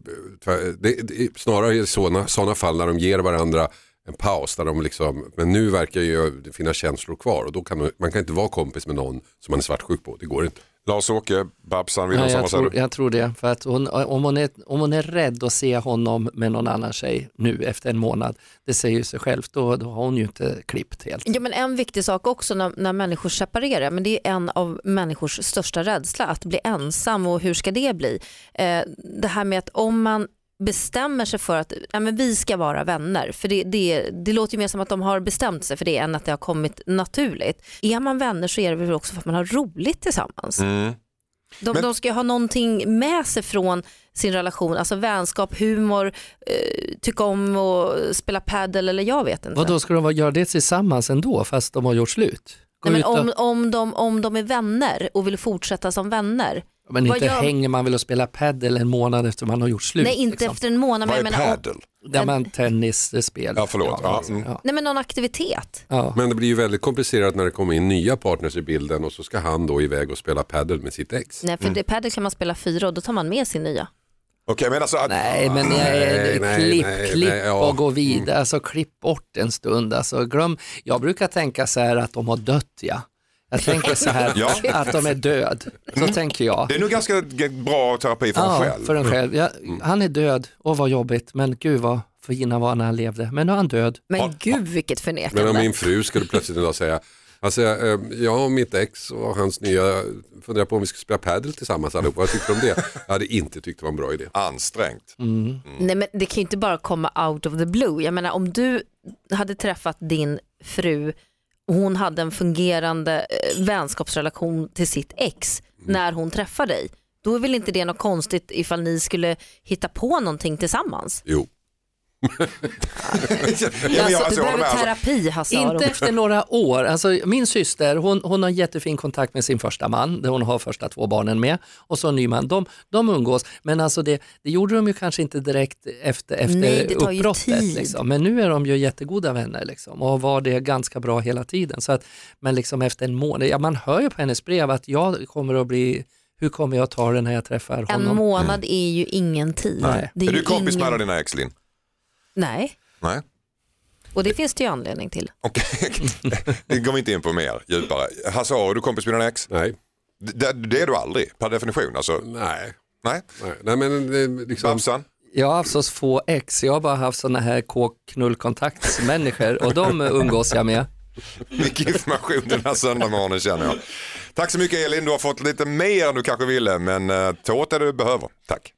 Snarare i sådana fall när de ger varandra en paus. Där de liksom, men nu verkar ju det finnas känslor kvar, och då man kan inte vara kompis med någon som man är svartsjuk på. Det går inte. Lars-Åke, Babsan, vill jag tror det. För att om hon är rädd att se honom med någon annan tjej nu efter 1 månad, det säger ju sig självt, då har hon ju inte klippt helt. Ja, men en viktig sak också när människor separerar, men det är en av människors största rädsla, att bli ensam, och hur ska det bli? Det här med att om man bestämmer sig för att men vi ska vara vänner, för det låter ju mer som att de har bestämt sig för det än att det har kommit naturligt. Är man vänner så är det väl också för att man har roligt tillsammans. De ska ha någonting med sig från sin relation, alltså vänskap, humor, tycka om och spela paddel, eller jag vet inte. Och då ska de göra det tillsammans ändå fast de har gjort slut? Nej, men om de är vänner och vill fortsätta som vänner. Men inte hänger man väl och spelar paddel 1 månad efter man har gjort slut? Nej, inte liksom. Efter 1 månad. Vad är paddel? Där man tennisspel. Ja, förlåt. Ja. Nej, men någon aktivitet. Ja. Men det blir ju väldigt komplicerat när det kommer in nya partners i bilden, och så ska han då iväg och spela paddel med sitt ex. Nej, för paddel kan man spela 4 och då tar man med sin nya. Okej, men alltså Nej, men klipp och gå vidare. Alltså klipp bort en stund. Alltså, jag brukar tänka så här att de har dött, ja. Jag tänker så här att de är död. Så tänker jag. Det är nog ganska bra terapi för en själv. För en själv. Han är död, och vad jobbigt. Men gud vad fina var när han levde. Men nu är han död. Men gud vilket förnekande. Men om min fru skulle plötsligt idag säga, alltså, jag och mitt ex och hans nya funderar på om vi ska spela paddel tillsammans allihopa. Vad tycker du om det? Jag hade inte tyckt det var en bra idé. Ansträngt. Nej, men det kan ju inte bara komma out of the blue. Jag menar, om du hade träffat din fru hon hade en fungerande vänskapsrelation till sitt ex när hon träffar dig. Då är väl inte det något konstigt ifall ni skulle hitta på någonting tillsammans? Jo. Du behöver terapi, Hasse. Inte efter några år. Alltså, min syster, hon har jättefin kontakt med sin första man, där hon har första 2 barnen med, och så en ny man. De umgås, men alltså det gjorde de ju kanske inte direkt efter uppbrottet. Liksom. Men nu är de ju jättegoda vänner liksom, och var det ganska bra hela tiden. Så att, men liksom efter en månad, man hör ju på hennes brev att jag kommer att bli... Hur kommer jag ta det när jag träffar honom? En månad är ju ingen tid. Är du kompis med alla dina ex, Linn? Nej. Och det finns det ju anledning till. Okej, det går vi inte in på mer djupare. Hasse, är du kompis med dina ex? Nej. Det är du aldrig, per definition. Alltså. Nej. Nej, men liksom... Babsan? Jag har haft så få ex. Jag har bara haft såna här knullkontaktsmänniskor och de umgås jag med. Mycket information den här söndagmorgonen känner jag. Tack så mycket Elin, du har fått lite mer än du kanske ville, men ta åt det du behöver. Tack.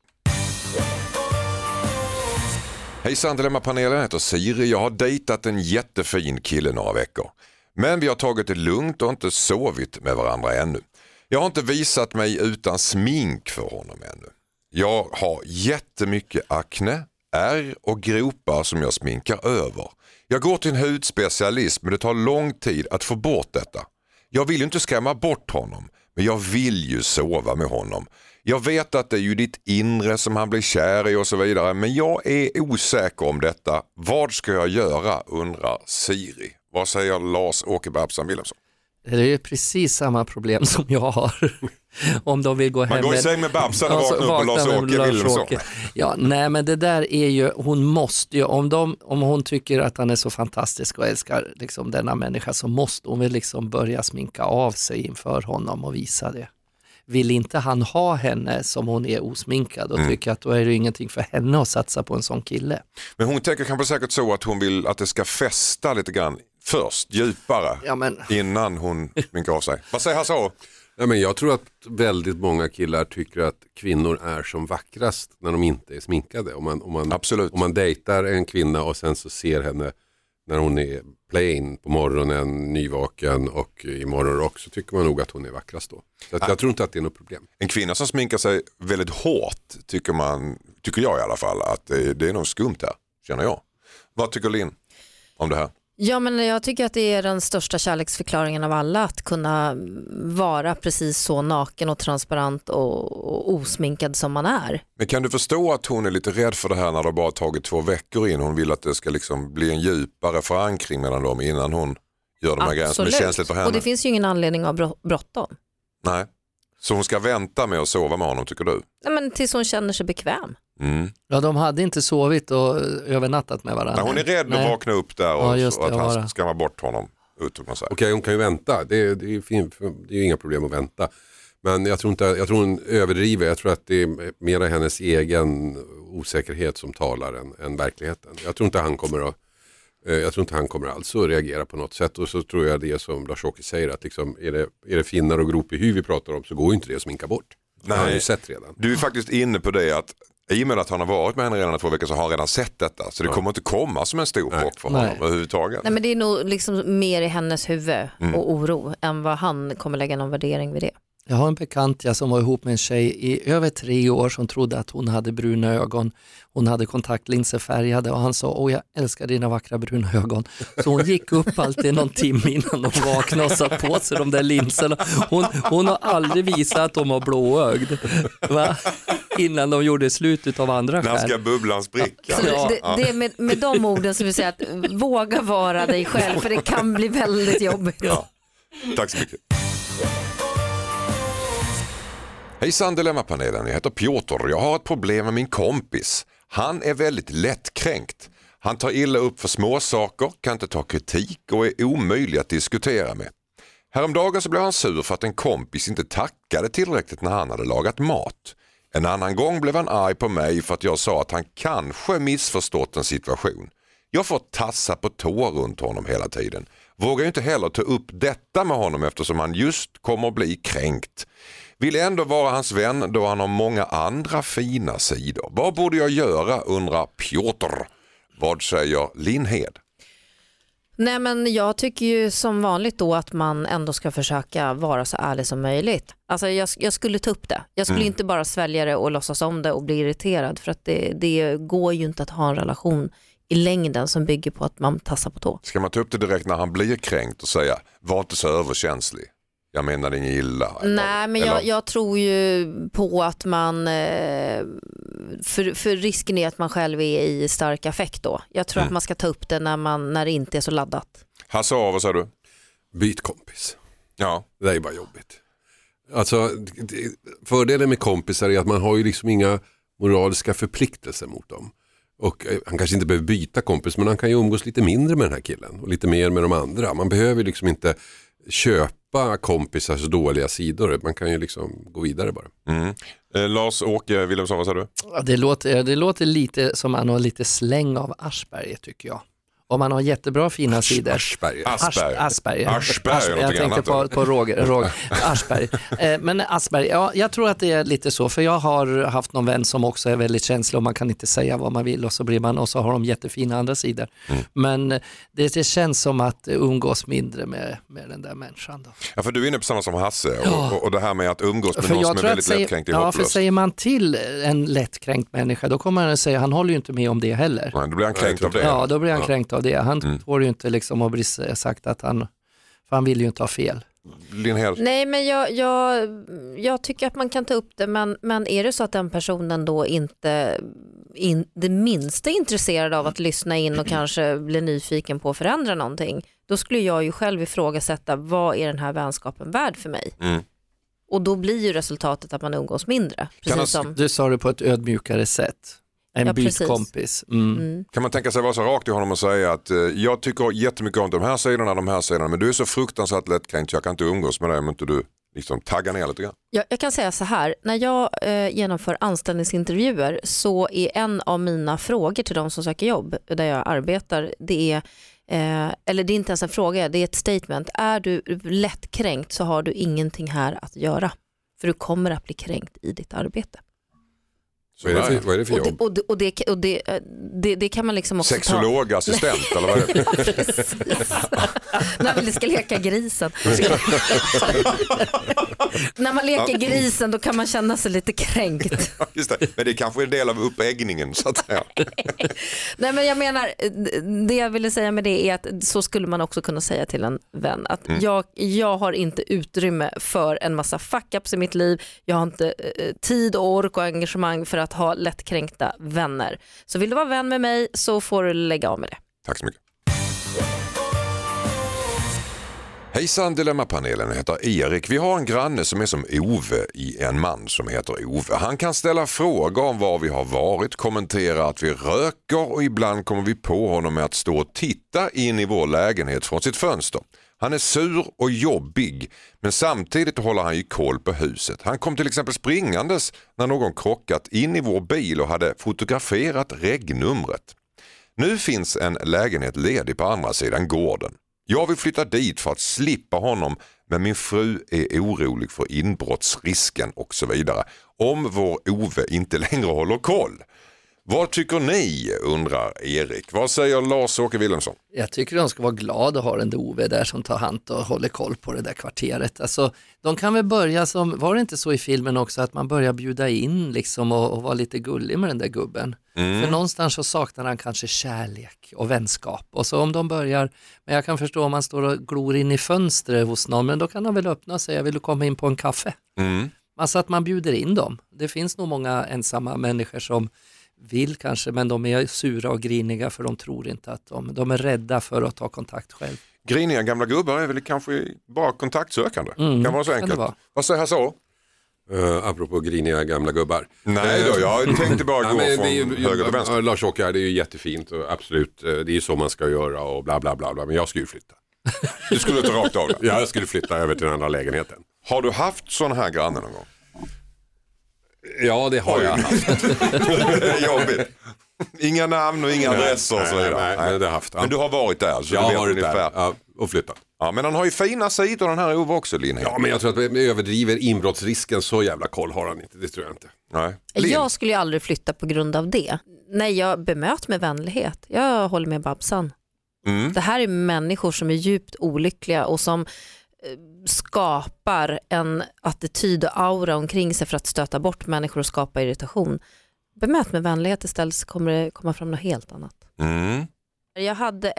Hejsan, Dilemma-panelen heter Siri. Jag har dejtat en jättefin kille några veckor. Men vi har tagit det lugnt och inte sovit med varandra ännu. Jag har inte visat mig utan smink för honom ännu. Jag har jättemycket akne, ärr och gropar som jag sminkar över. Jag går till en hudspecialist, men det tar lång tid att få bort detta. Jag vill ju inte skrämma bort honom, men jag vill ju sova med honom. Jag vet att det är ju ditt inre som han blir kär i och så vidare, men jag är osäker om detta. Vad ska jag göra, undrar Siri. Vad säger Lars-Åke Babsan Wilhelmsson? Det är ju precis samma problem som jag har. Om de vill gå hem. Man går i säng med Babsan och vaknar upp med Lars-Åke Wilhelmsson. Ja, nej, men det där är ju, hon måste ju, om hon tycker att han är så fantastisk och älskar liksom denna människa, så måste hon väl liksom börja sminka av sig inför honom och visa det. Vill inte han ha henne som hon är osminkad och tycker att då är det ingenting för henne att satsa på en sån kille. Men hon tänker kanske säkert så att hon vill att det ska fästa lite grann först, djupare, innan hon sminkar av sig. Vad säger Hasse? Ja, men jag tror att väldigt många killar tycker att kvinnor är som vackrast när de inte är sminkade. Om man dejtar en kvinna och sen så ser henne när hon är plain på morgonen, nyvaken och i morgonrock, så tycker man nog att hon är vackrast då. Så jag tror inte att det är något problem. En kvinna som sminkar sig väldigt hårt tycker jag i alla fall att det är något skumt här, känner jag. Vad tycker Linn om det här? Ja, men jag tycker att det är den största kärleksförklaringen av alla, att kunna vara precis så naken och transparent och osminkad som man är. Men kan du förstå att hon är lite rädd för det här när det bara tagit 2 veckor in? Hon vill att det ska liksom bli en djupare förankring mellan dem innan hon gör de här grejerna som är känsligt för henne. Och det finns ju ingen anledning att ha bråttom. Nej, så hon ska vänta med att sova med honom, tycker du? Nej, men tills hon känner sig bekväm. Ja, de hade inte sovit och övernattat med varandra. Nej, hon är rädd att vakna upp där och att han ska skrämma bort honom. Okej, hon kan ju vänta. Det är ju inga problem att vänta. Men jag tror hon överdriver. Jag tror att det är mer hennes egen osäkerhet som talar än verkligheten. Jag tror inte han kommer alls att reagera på något sätt. Och så tror jag det som Lars-Åke säger, att liksom, är det finnar och grop i huvud vi pratar om, så går inte det att sminka bort. Nej, har ju sett redan. Du är faktiskt inne på det, att i och med att han har varit med henne redan 2 veckor så har han redan sett detta. Så det kommer inte komma som en stor chock för honom överhuvudtaget. Nej, men det är nog liksom mer i hennes huvud och oro än vad han kommer lägga någon värdering vid det. Jag har en bekant som var ihop med en tjej i över 3 år som trodde att hon hade bruna ögon. Hon hade kontaktlinser färgade och han sa, jag älskar dina vackra bruna ögon. Så hon gick upp alltid någon timme innan de vaknade och satt på sig de där linserna. Hon har aldrig visat att de var blåögd. Va? Innan de gjorde slutet av andra skär. När ska bubblan spricka? Det är med de orden som vi säger att våga vara dig själv, för det kan bli väldigt jobbigt. Ja. Tack så mycket. Hejsan Dilemma-panelen, jag heter Piotr. Jag har ett problem med min kompis. Han är väldigt lättkränkt. Han tar illa upp för små saker, kan inte ta kritik och är omöjlig att diskutera med. Häromdagen så blev han sur för att en kompis inte tackade tillräckligt när han hade lagat mat. En annan gång blev han arg på mig för att jag sa att han kanske missförstått en situation. Jag får tassa på tå runt honom hela tiden. Vågar inte heller ta upp detta med honom eftersom han just kommer att bli kränkt. Vill ändå vara hans vän då han har många andra fina sidor. Vad borde jag göra, undrar Piotr. Vad säger Linn Hed? Nej, men jag tycker ju som vanligt då att man ändå ska försöka vara så ärlig som möjligt. Alltså jag skulle ta upp det. Jag skulle inte bara svälja det och låtsas om det och bli irriterad, för att det går ju inte att ha en relation i längden som bygger på att man tassar på tå. Ska man ta upp det direkt när han blir kränkt och säga, var inte så överkänslig? Jag menar inget illa. Nej, men jag tror ju på att man, för risken är att man själv är i stark affekt då. Jag tror att man ska ta upp det när det inte är så laddat. Hasse, vad sa du? Byt kompis. Ja. Det är ju bara jobbigt. Alltså, fördelen med kompisar är att man har ju liksom inga moraliska förpliktelser mot dem. Och han kanske inte behöver byta kompis, men han kan ju umgås lite mindre med den här killen och lite mer med de andra. Man behöver liksom inte köpa kompisars dåliga sidor. Man kan ju liksom gå vidare bara. Lars-Åke Wilhelmsson, vad sa du? Ja, det låter lite som man har lite släng av Aschberger, tycker jag. Om man har jättebra fina sidor. Asperger. Jag tänkte på Roger Aschberg. Men Asperger, ja, jag tror att det är lite så. För jag har haft någon vän som också är väldigt känslig och man kan inte säga vad man vill och så blir man, och så har de jättefina andra sidor. Men det känns som att umgås mindre med den där människan då. Ja, för du är inne på samma som Hasse och det här med att umgås med någon som är väldigt lättkränkt är hopplöst. Ja, för säger man till en lättkränkt människa, då kommer han att säga, han håller ju inte med om det heller. Nej, då blir han kränkt av det. Ja, då blir han kränkt av det. Han får ju inte liksom att bli sagt att för han vill ju inte ha fel. Nej, men jag tycker att man kan ta upp det, men är det så att den personen då inte det minsta är intresserad av att lyssna in och kanske bli nyfiken på att förändra någonting, då skulle jag ju själv ifrågasätta, vad är den här vänskapen värd för mig? Och då blir ju resultatet att man umgås mindre. Du sa det på ett ödmjukare sätt. En bytkompis. Kan man tänka sig vara så rakt i honom och säga att jag tycker jättemycket om de här sidorna, men du är så fruktansvärt lättkränkt, jag kan inte umgås med dig om inte du liksom taggar ner lite grann. Jag kan säga så här, när jag genomför anställningsintervjuer så är en av mina frågor till de som söker jobb där jag arbetar, det är eller det är inte ens en fråga, det är ett statement. Är du lättkränkt så har du ingenting här att göra. För du kommer att bli kränkt i ditt arbete. Så vad är det för jobb? Och det kan man liksom också sexologassistent eller vad är det? Ja, precis. När vi ska leka grisen. När man leker grisen, då kan man känna sig lite kränkt. Just det, men det är kanske en del av uppäggningen så att säga. Nej, men jag menar, det jag ville säga med det är att så skulle man också kunna säga till en vän att jag har inte utrymme för en massa fuck-ups i mitt liv. Jag har inte tid, ork och engagemang för att ha lättkränkta vänner. Så vill du vara vän med mig så får du lägga av med det. Tack så mycket. Hejsan Dilemmapanelen, heter Erik. Vi har en granne som är som Ove i en man som heter Ove. Han kan ställa frågor om var vi har varit, kommentera att vi röker och ibland kommer vi på honom med att stå och titta in i vår lägenhet från sitt fönster. Han är sur och jobbig, men samtidigt håller han ju koll på huset. Han kom till exempel springandes när någon krockat in i vår bil och hade fotograferat regnumret. Nu finns en lägenhet ledig på andra sidan gården. Jag vill flytta dit för att slippa honom, men min fru är orolig för inbrottsrisken och så vidare. Om vår Ove inte längre håller koll. Vad tycker ni, undrar Erik. Vad säger Lars-Åke Wilhelmsson? Jag tycker de ska vara glada att ha en Ove där som tar hand och håller koll på det där kvarteret. Alltså, de kan väl börja som, var det inte så i filmen också att man börjar bjuda in liksom och vara lite gullig med den där gubben. För någonstans så saknar han kanske kärlek och vänskap. Och så om de börjar, men jag kan förstå om man står och glor in i fönstret hos någon, men då kan de väl öppna och säga, vill du komma in på en kaffe? Alltså att man bjuder in dem. Det finns nog många ensamma människor som vill kanske, men de är sura och griniga för de tror inte att de är rädda för att ta kontakt själv. Griniga gamla gubbar är väl kanske bara kontaktsökande. Kan vara så enkelt. Vad säger han så? Apropå griniga gamla gubbar. Nej då, jag tänkte bara gå från höger till vänster. Lars-Åke, det är ju jättefint och absolut, det är så man ska göra och bla bla bla, men jag skulle ju flytta. Du skulle ta rakt av det? Ja, jag skulle flytta över till den andra lägenheten. Har du haft sån här granne någon gång? Ja, det har jag haft. Det är jobbigt. Inga namn och inga adresser och så vidare. Nej, men det har haft. Men du har varit där, så jag du har varit ungefär. Där och flyttat. Ja, men han har ju fina sidor den här Ove också, Linn. Ja, men jag tror att vi överdriver inbrottsrisken, så jävla koll har han inte, det tror jag inte. Nej. Jag skulle ju aldrig flytta på grund av det. Nej, jag bemöt med vänlighet. Jag håller med Babsan. Det här är människor som är djupt olyckliga och som skapar en attityd och aura omkring sig för att stöta bort människor och skapa irritation. Bemöt med vänlighet istället, så kommer det komma fram något helt annat. Jag hade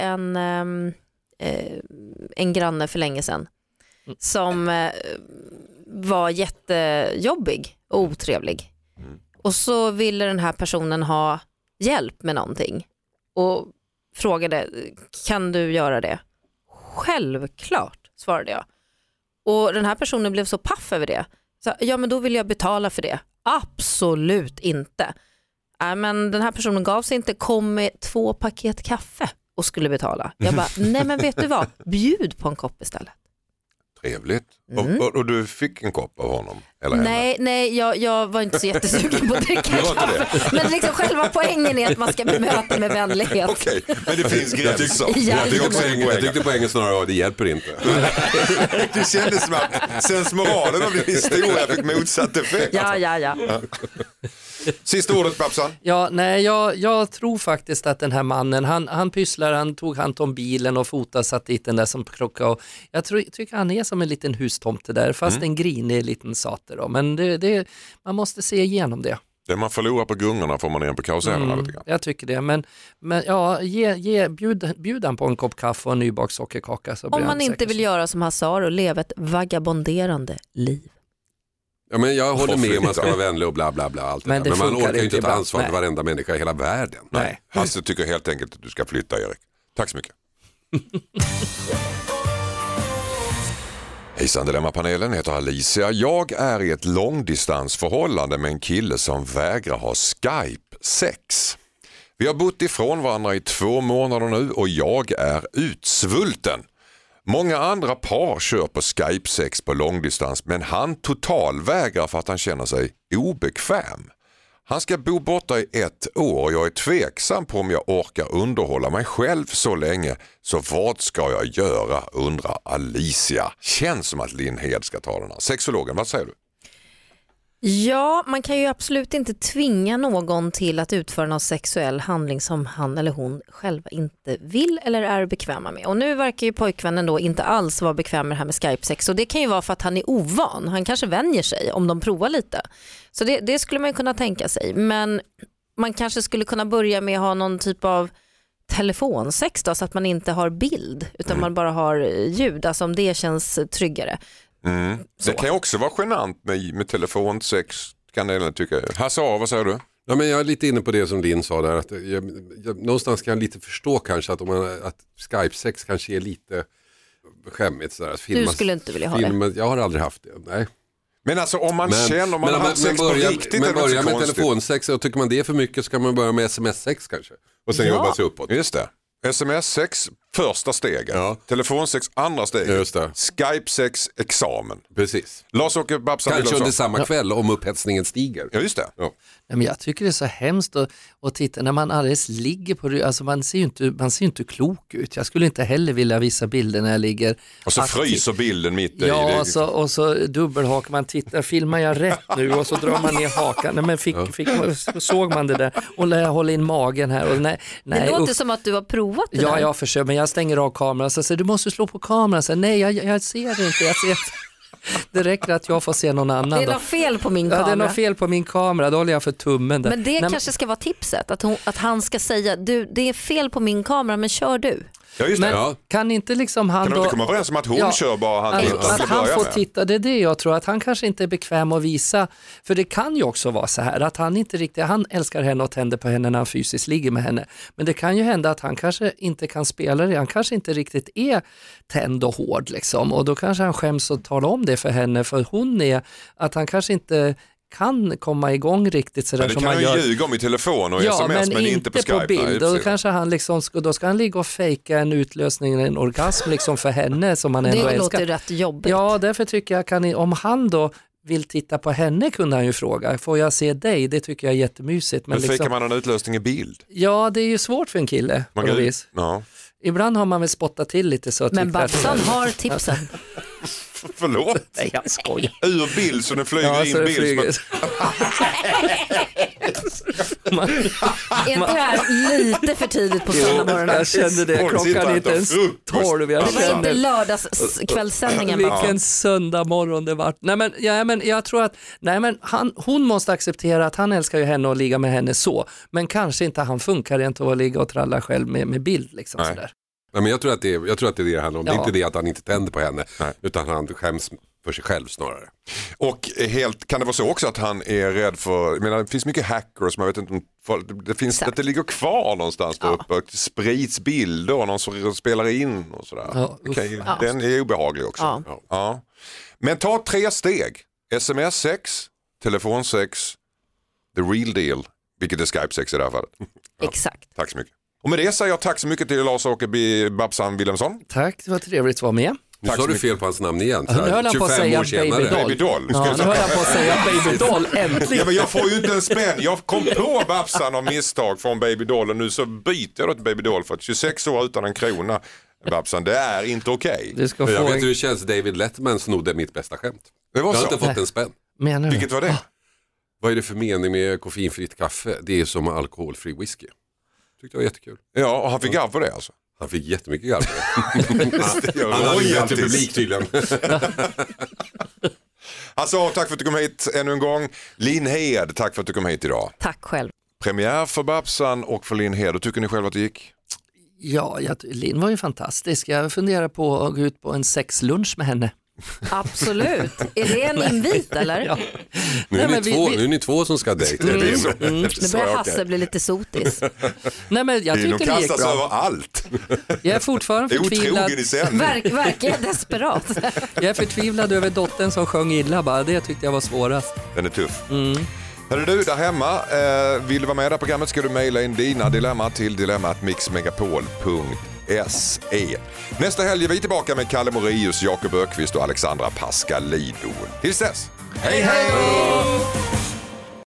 en granne för länge sedan som var jättejobbig och otrevlig. Och så ville den här personen ha hjälp med någonting och frågade, kan du göra det? Självklart, svarade jag. Och den här personen blev så paff över det. Så, ja, men då vill jag betala för det. Absolut inte. Men den här personen gav sig inte, kom med 2 paket kaffe och skulle betala. Jag bara, nej men vet du vad? Bjud på en kopp istället. Trevligt. Och du fick en kopp av honom? Eller nej, jag var inte så jättesugen på att dricka kaffe. Men liksom själva poängen är att man ska bemöta med vänlighet. Okej, men det finns gränser. Jag tyckte poängen snarare, det hjälper inte. Det kändes som att sensmoralen av din historia fick motsatt effekt. Ja. Sista ordet, Babsan. Ja, nej, jag tror faktiskt att den här mannen, han pysslar, han tog hand om bilen och fotade, satt dit den där som krockade. Och jag tycker han är som en liten hustomte där, fast en grinig liten sater då. Men man måste se igenom det. Det man förlorar på gungorna får man igen på karusellerna lite grann. Jag tycker det, men ja, bjud han på en kopp kaffe och en nybakt sockerkaka. Så om man inte vill göra som Hazar och leva ett vagabonderande liv. Ja, men jag håller med om man ska vara vänlig och bla bla bla. Allt men man orkar ju inte ta ansvar för varenda människa i hela världen. Nej. Hasse tycker helt enkelt att du ska flytta, Erik. Tack så mycket. Hejsan Dilemma-panelen, heter Alicia. Jag är i ett långdistansförhållande med en kille som vägrar ha Skype-sex. Vi har bott ifrån varandra i 2 månader nu och jag är utsvulten. Många andra par kör på Skype-sex på långdistans, men han totalvägrar för att han känner sig obekväm. Han ska bo borta i 1 år och jag är tveksam på om jag orkar underhålla mig själv så länge. Så vad ska jag göra, undrar Alicia. Känns som att Linn Hed ska ta den här. Sexologen, vad säger du? Ja, man kan ju absolut inte tvinga någon till att utföra någon sexuell handling som han eller hon själva inte vill eller är bekväma med. Och nu verkar ju pojkvännen då inte alls vara bekväm med det här med Skype-sex. Och det kan ju vara för att han är ovan. Han kanske vänjer sig om de provar lite. Så det skulle man ju kunna tänka sig. Men man kanske skulle kunna börja med att ha någon typ av telefonsex då, så att man inte har bild utan man bara har ljud. Alltså om det känns tryggare. Det kan ju också vara genant med telefonsex, kan jag tycka. Hasse, vad säger du? Ja, men jag är lite inne på det som Linn sa där. Att någonstans kan jag lite förstå kanske att Skype-sex kanske är lite skämmigt. Sådär. Du skulle inte vilja ha det? Jag har aldrig haft det, nej. Men alltså om man känner, om man har haft sex på riktigt. Men börja med telefonsex, och tycker man det är för mycket så kan man börja med sms-sex kanske. Och sen jobba sig uppåt. Just det. SMS-sex, första steget. Ja. Telefonsex, andra steget. Just det. Skype-sex, examen. Precis. Lars-Åke Babsan. Kanske under samma kväll om upphetsningen stiger. Ja, just det. Ja. Men jag tycker det är så hemskt att titta när man alldeles ligger på det. Alltså man ser ju inte klok ut. Jag skulle inte heller vilja visa bilder när jag ligger. Och så fryser bilden mitt i. Ja, och så dubbelhakar man, tittar, filmar jag rätt nu? Och så drar man ner hakan. Nej, men såg man det där? Och när jag håller in magen här. Och nej, det låter som att du har provat det ja, där. jag försöker, men jag stänger av kameran. Så säger du måste slå på kameran. Så nej, jag ser det inte. Jag ser det räcker att jag får se någon annan. Det är något fel på min kamera. Ja, det är något fel på min kamera. Då håller jag för tummen där. Men det kanske ska vara tipset. Att han ska säga, du, det är fel på min kamera, men kör du. Ja, just det. Men kan inte liksom han kan då... Kan komma överens om att hon kör bara att han får titta, det är det jag tror. Att han kanske inte är bekväm att visa. För det kan ju också vara så här att han inte riktigt, han älskar henne och tänder på henne när han fysiskt ligger med henne. Men det kan ju hända att han kanske inte kan spela det. Han kanske inte riktigt är tänd och hård liksom. Och då kanske han skäms att tala om det för henne. För hon är att han kanske inte kan komma igång riktigt sådär som man gör. Det kan han ljuga om i telefon och sms men inte på Skype. Bild. Då kanske han liksom, då ska han ligga och fejka en utlösning, en orgasm liksom för henne som han ändå älskar. Det låter rätt jobbigt. Ja, därför tycker jag om han då vill titta på henne kunde han ju fråga, får jag se dig? Det tycker jag är jättemysigt. Men fejkar man en utlösning i bild? Ja, det är ju svårt för en kille på något vis. Ja. Ibland har man väl spottat till lite så. Men Babsan har tipsen. Förlåt? Nej, jag skojar. Ur bild så den flyger Ja, in så det bild. flyger. Är inte det här lite för tidigt på söndagmorgonen? Jag kände det, Folk sitter klockan är och inte äter ens frukost. 12. Jag Det var inte kände lördagskvällssändningen. vilken söndag morgon det var. Men jag tror att hon måste acceptera att han älskar ju henne och ligga med henne så. Men kanske inte han funkar inte att ligga och tralla själv med bild. Liksom, Nej. sådär. Nej, men jag tror att det är det handlar om. Det är Ja. inte det att han inte tänder på henne, Nej. utan han skäms för sig själv snarare. Och kan det vara så också att han är rädd för, jag menar, det finns mycket hackers, man vet inte om det finns, Exakt. att det ligger kvar någonstans där uppe, och det sprids bilder och någon som spelar in och sådär. Ja, Okej, den är obehaglig också. Ja. Ja. Men ta 3 steg, sms-sex, telefonsex, the real deal, vilket är Skype-sex i det här fallet. Exakt. Tack så mycket. Och med det säger jag tack så mycket till Lars-Åke Babsan Wilhelmsson. Tack, det var trevligt att vara med. Nu Tack sa så du mycket. fel på hans namn igen. Nu höll han på att säga år senare. Baby Doll. Baby Doll. Ja, nu höll han på att säga Baby Doll, äntligen. Ja, men jag får ju inte en spänn. Jag kom på Babsan av misstag från Baby Doll och nu så byter jag då till Baby Doll för att 26 år utan en krona, Babsan, det är inte okej. Du ska Jag få vet hur det känns, David Letterman snodde mitt bästa skämt. Det var Jag har så. inte fått en spänn. Menar du? Vilket var det? Vad är det för mening med koffeinfritt kaffe? Det är som alkoholfri whisky. Tyckte det var jättekul. Ja, och han fick garv på det alltså. Han fick jättemycket garv. Han hade ju bättre publik tydligen. Alltså, tack för att du kom hit ännu en gång. Linn Hed, tack för att du kom hit idag. Tack själv. Premiär för Babsan och för Linn Hed. Hur tycker ni själv att det gick? Ja, Linn var ju fantastisk. Jag funderar på att gå ut på en sexlunch med henne. Absolut. Är det en invit eller? Ja. Nu Nej, är men ni ni två som ska dejta. Det är så. Nu Så, börjar okej. Hasse bli lite sotis. Nej, men jag De tyckte det gick kastas över bra. allt. Jag är fortfarande förtvivlad. Otrogen i sändning. Verkar desperat. Jag är förtvivlad över dottern som sjöng illa bara. Det tyckte jag var svårast. Den är tuff. Hörru du, där hemma, vill du vara med i det här programmet ska du mejla in dina dilemma till dilemma@mixmegapol.se. Nästa helg är vi tillbaka med Kalle Morius, Jakob Ökvist och Alexandra Pascalido. Tills dess, hej hej!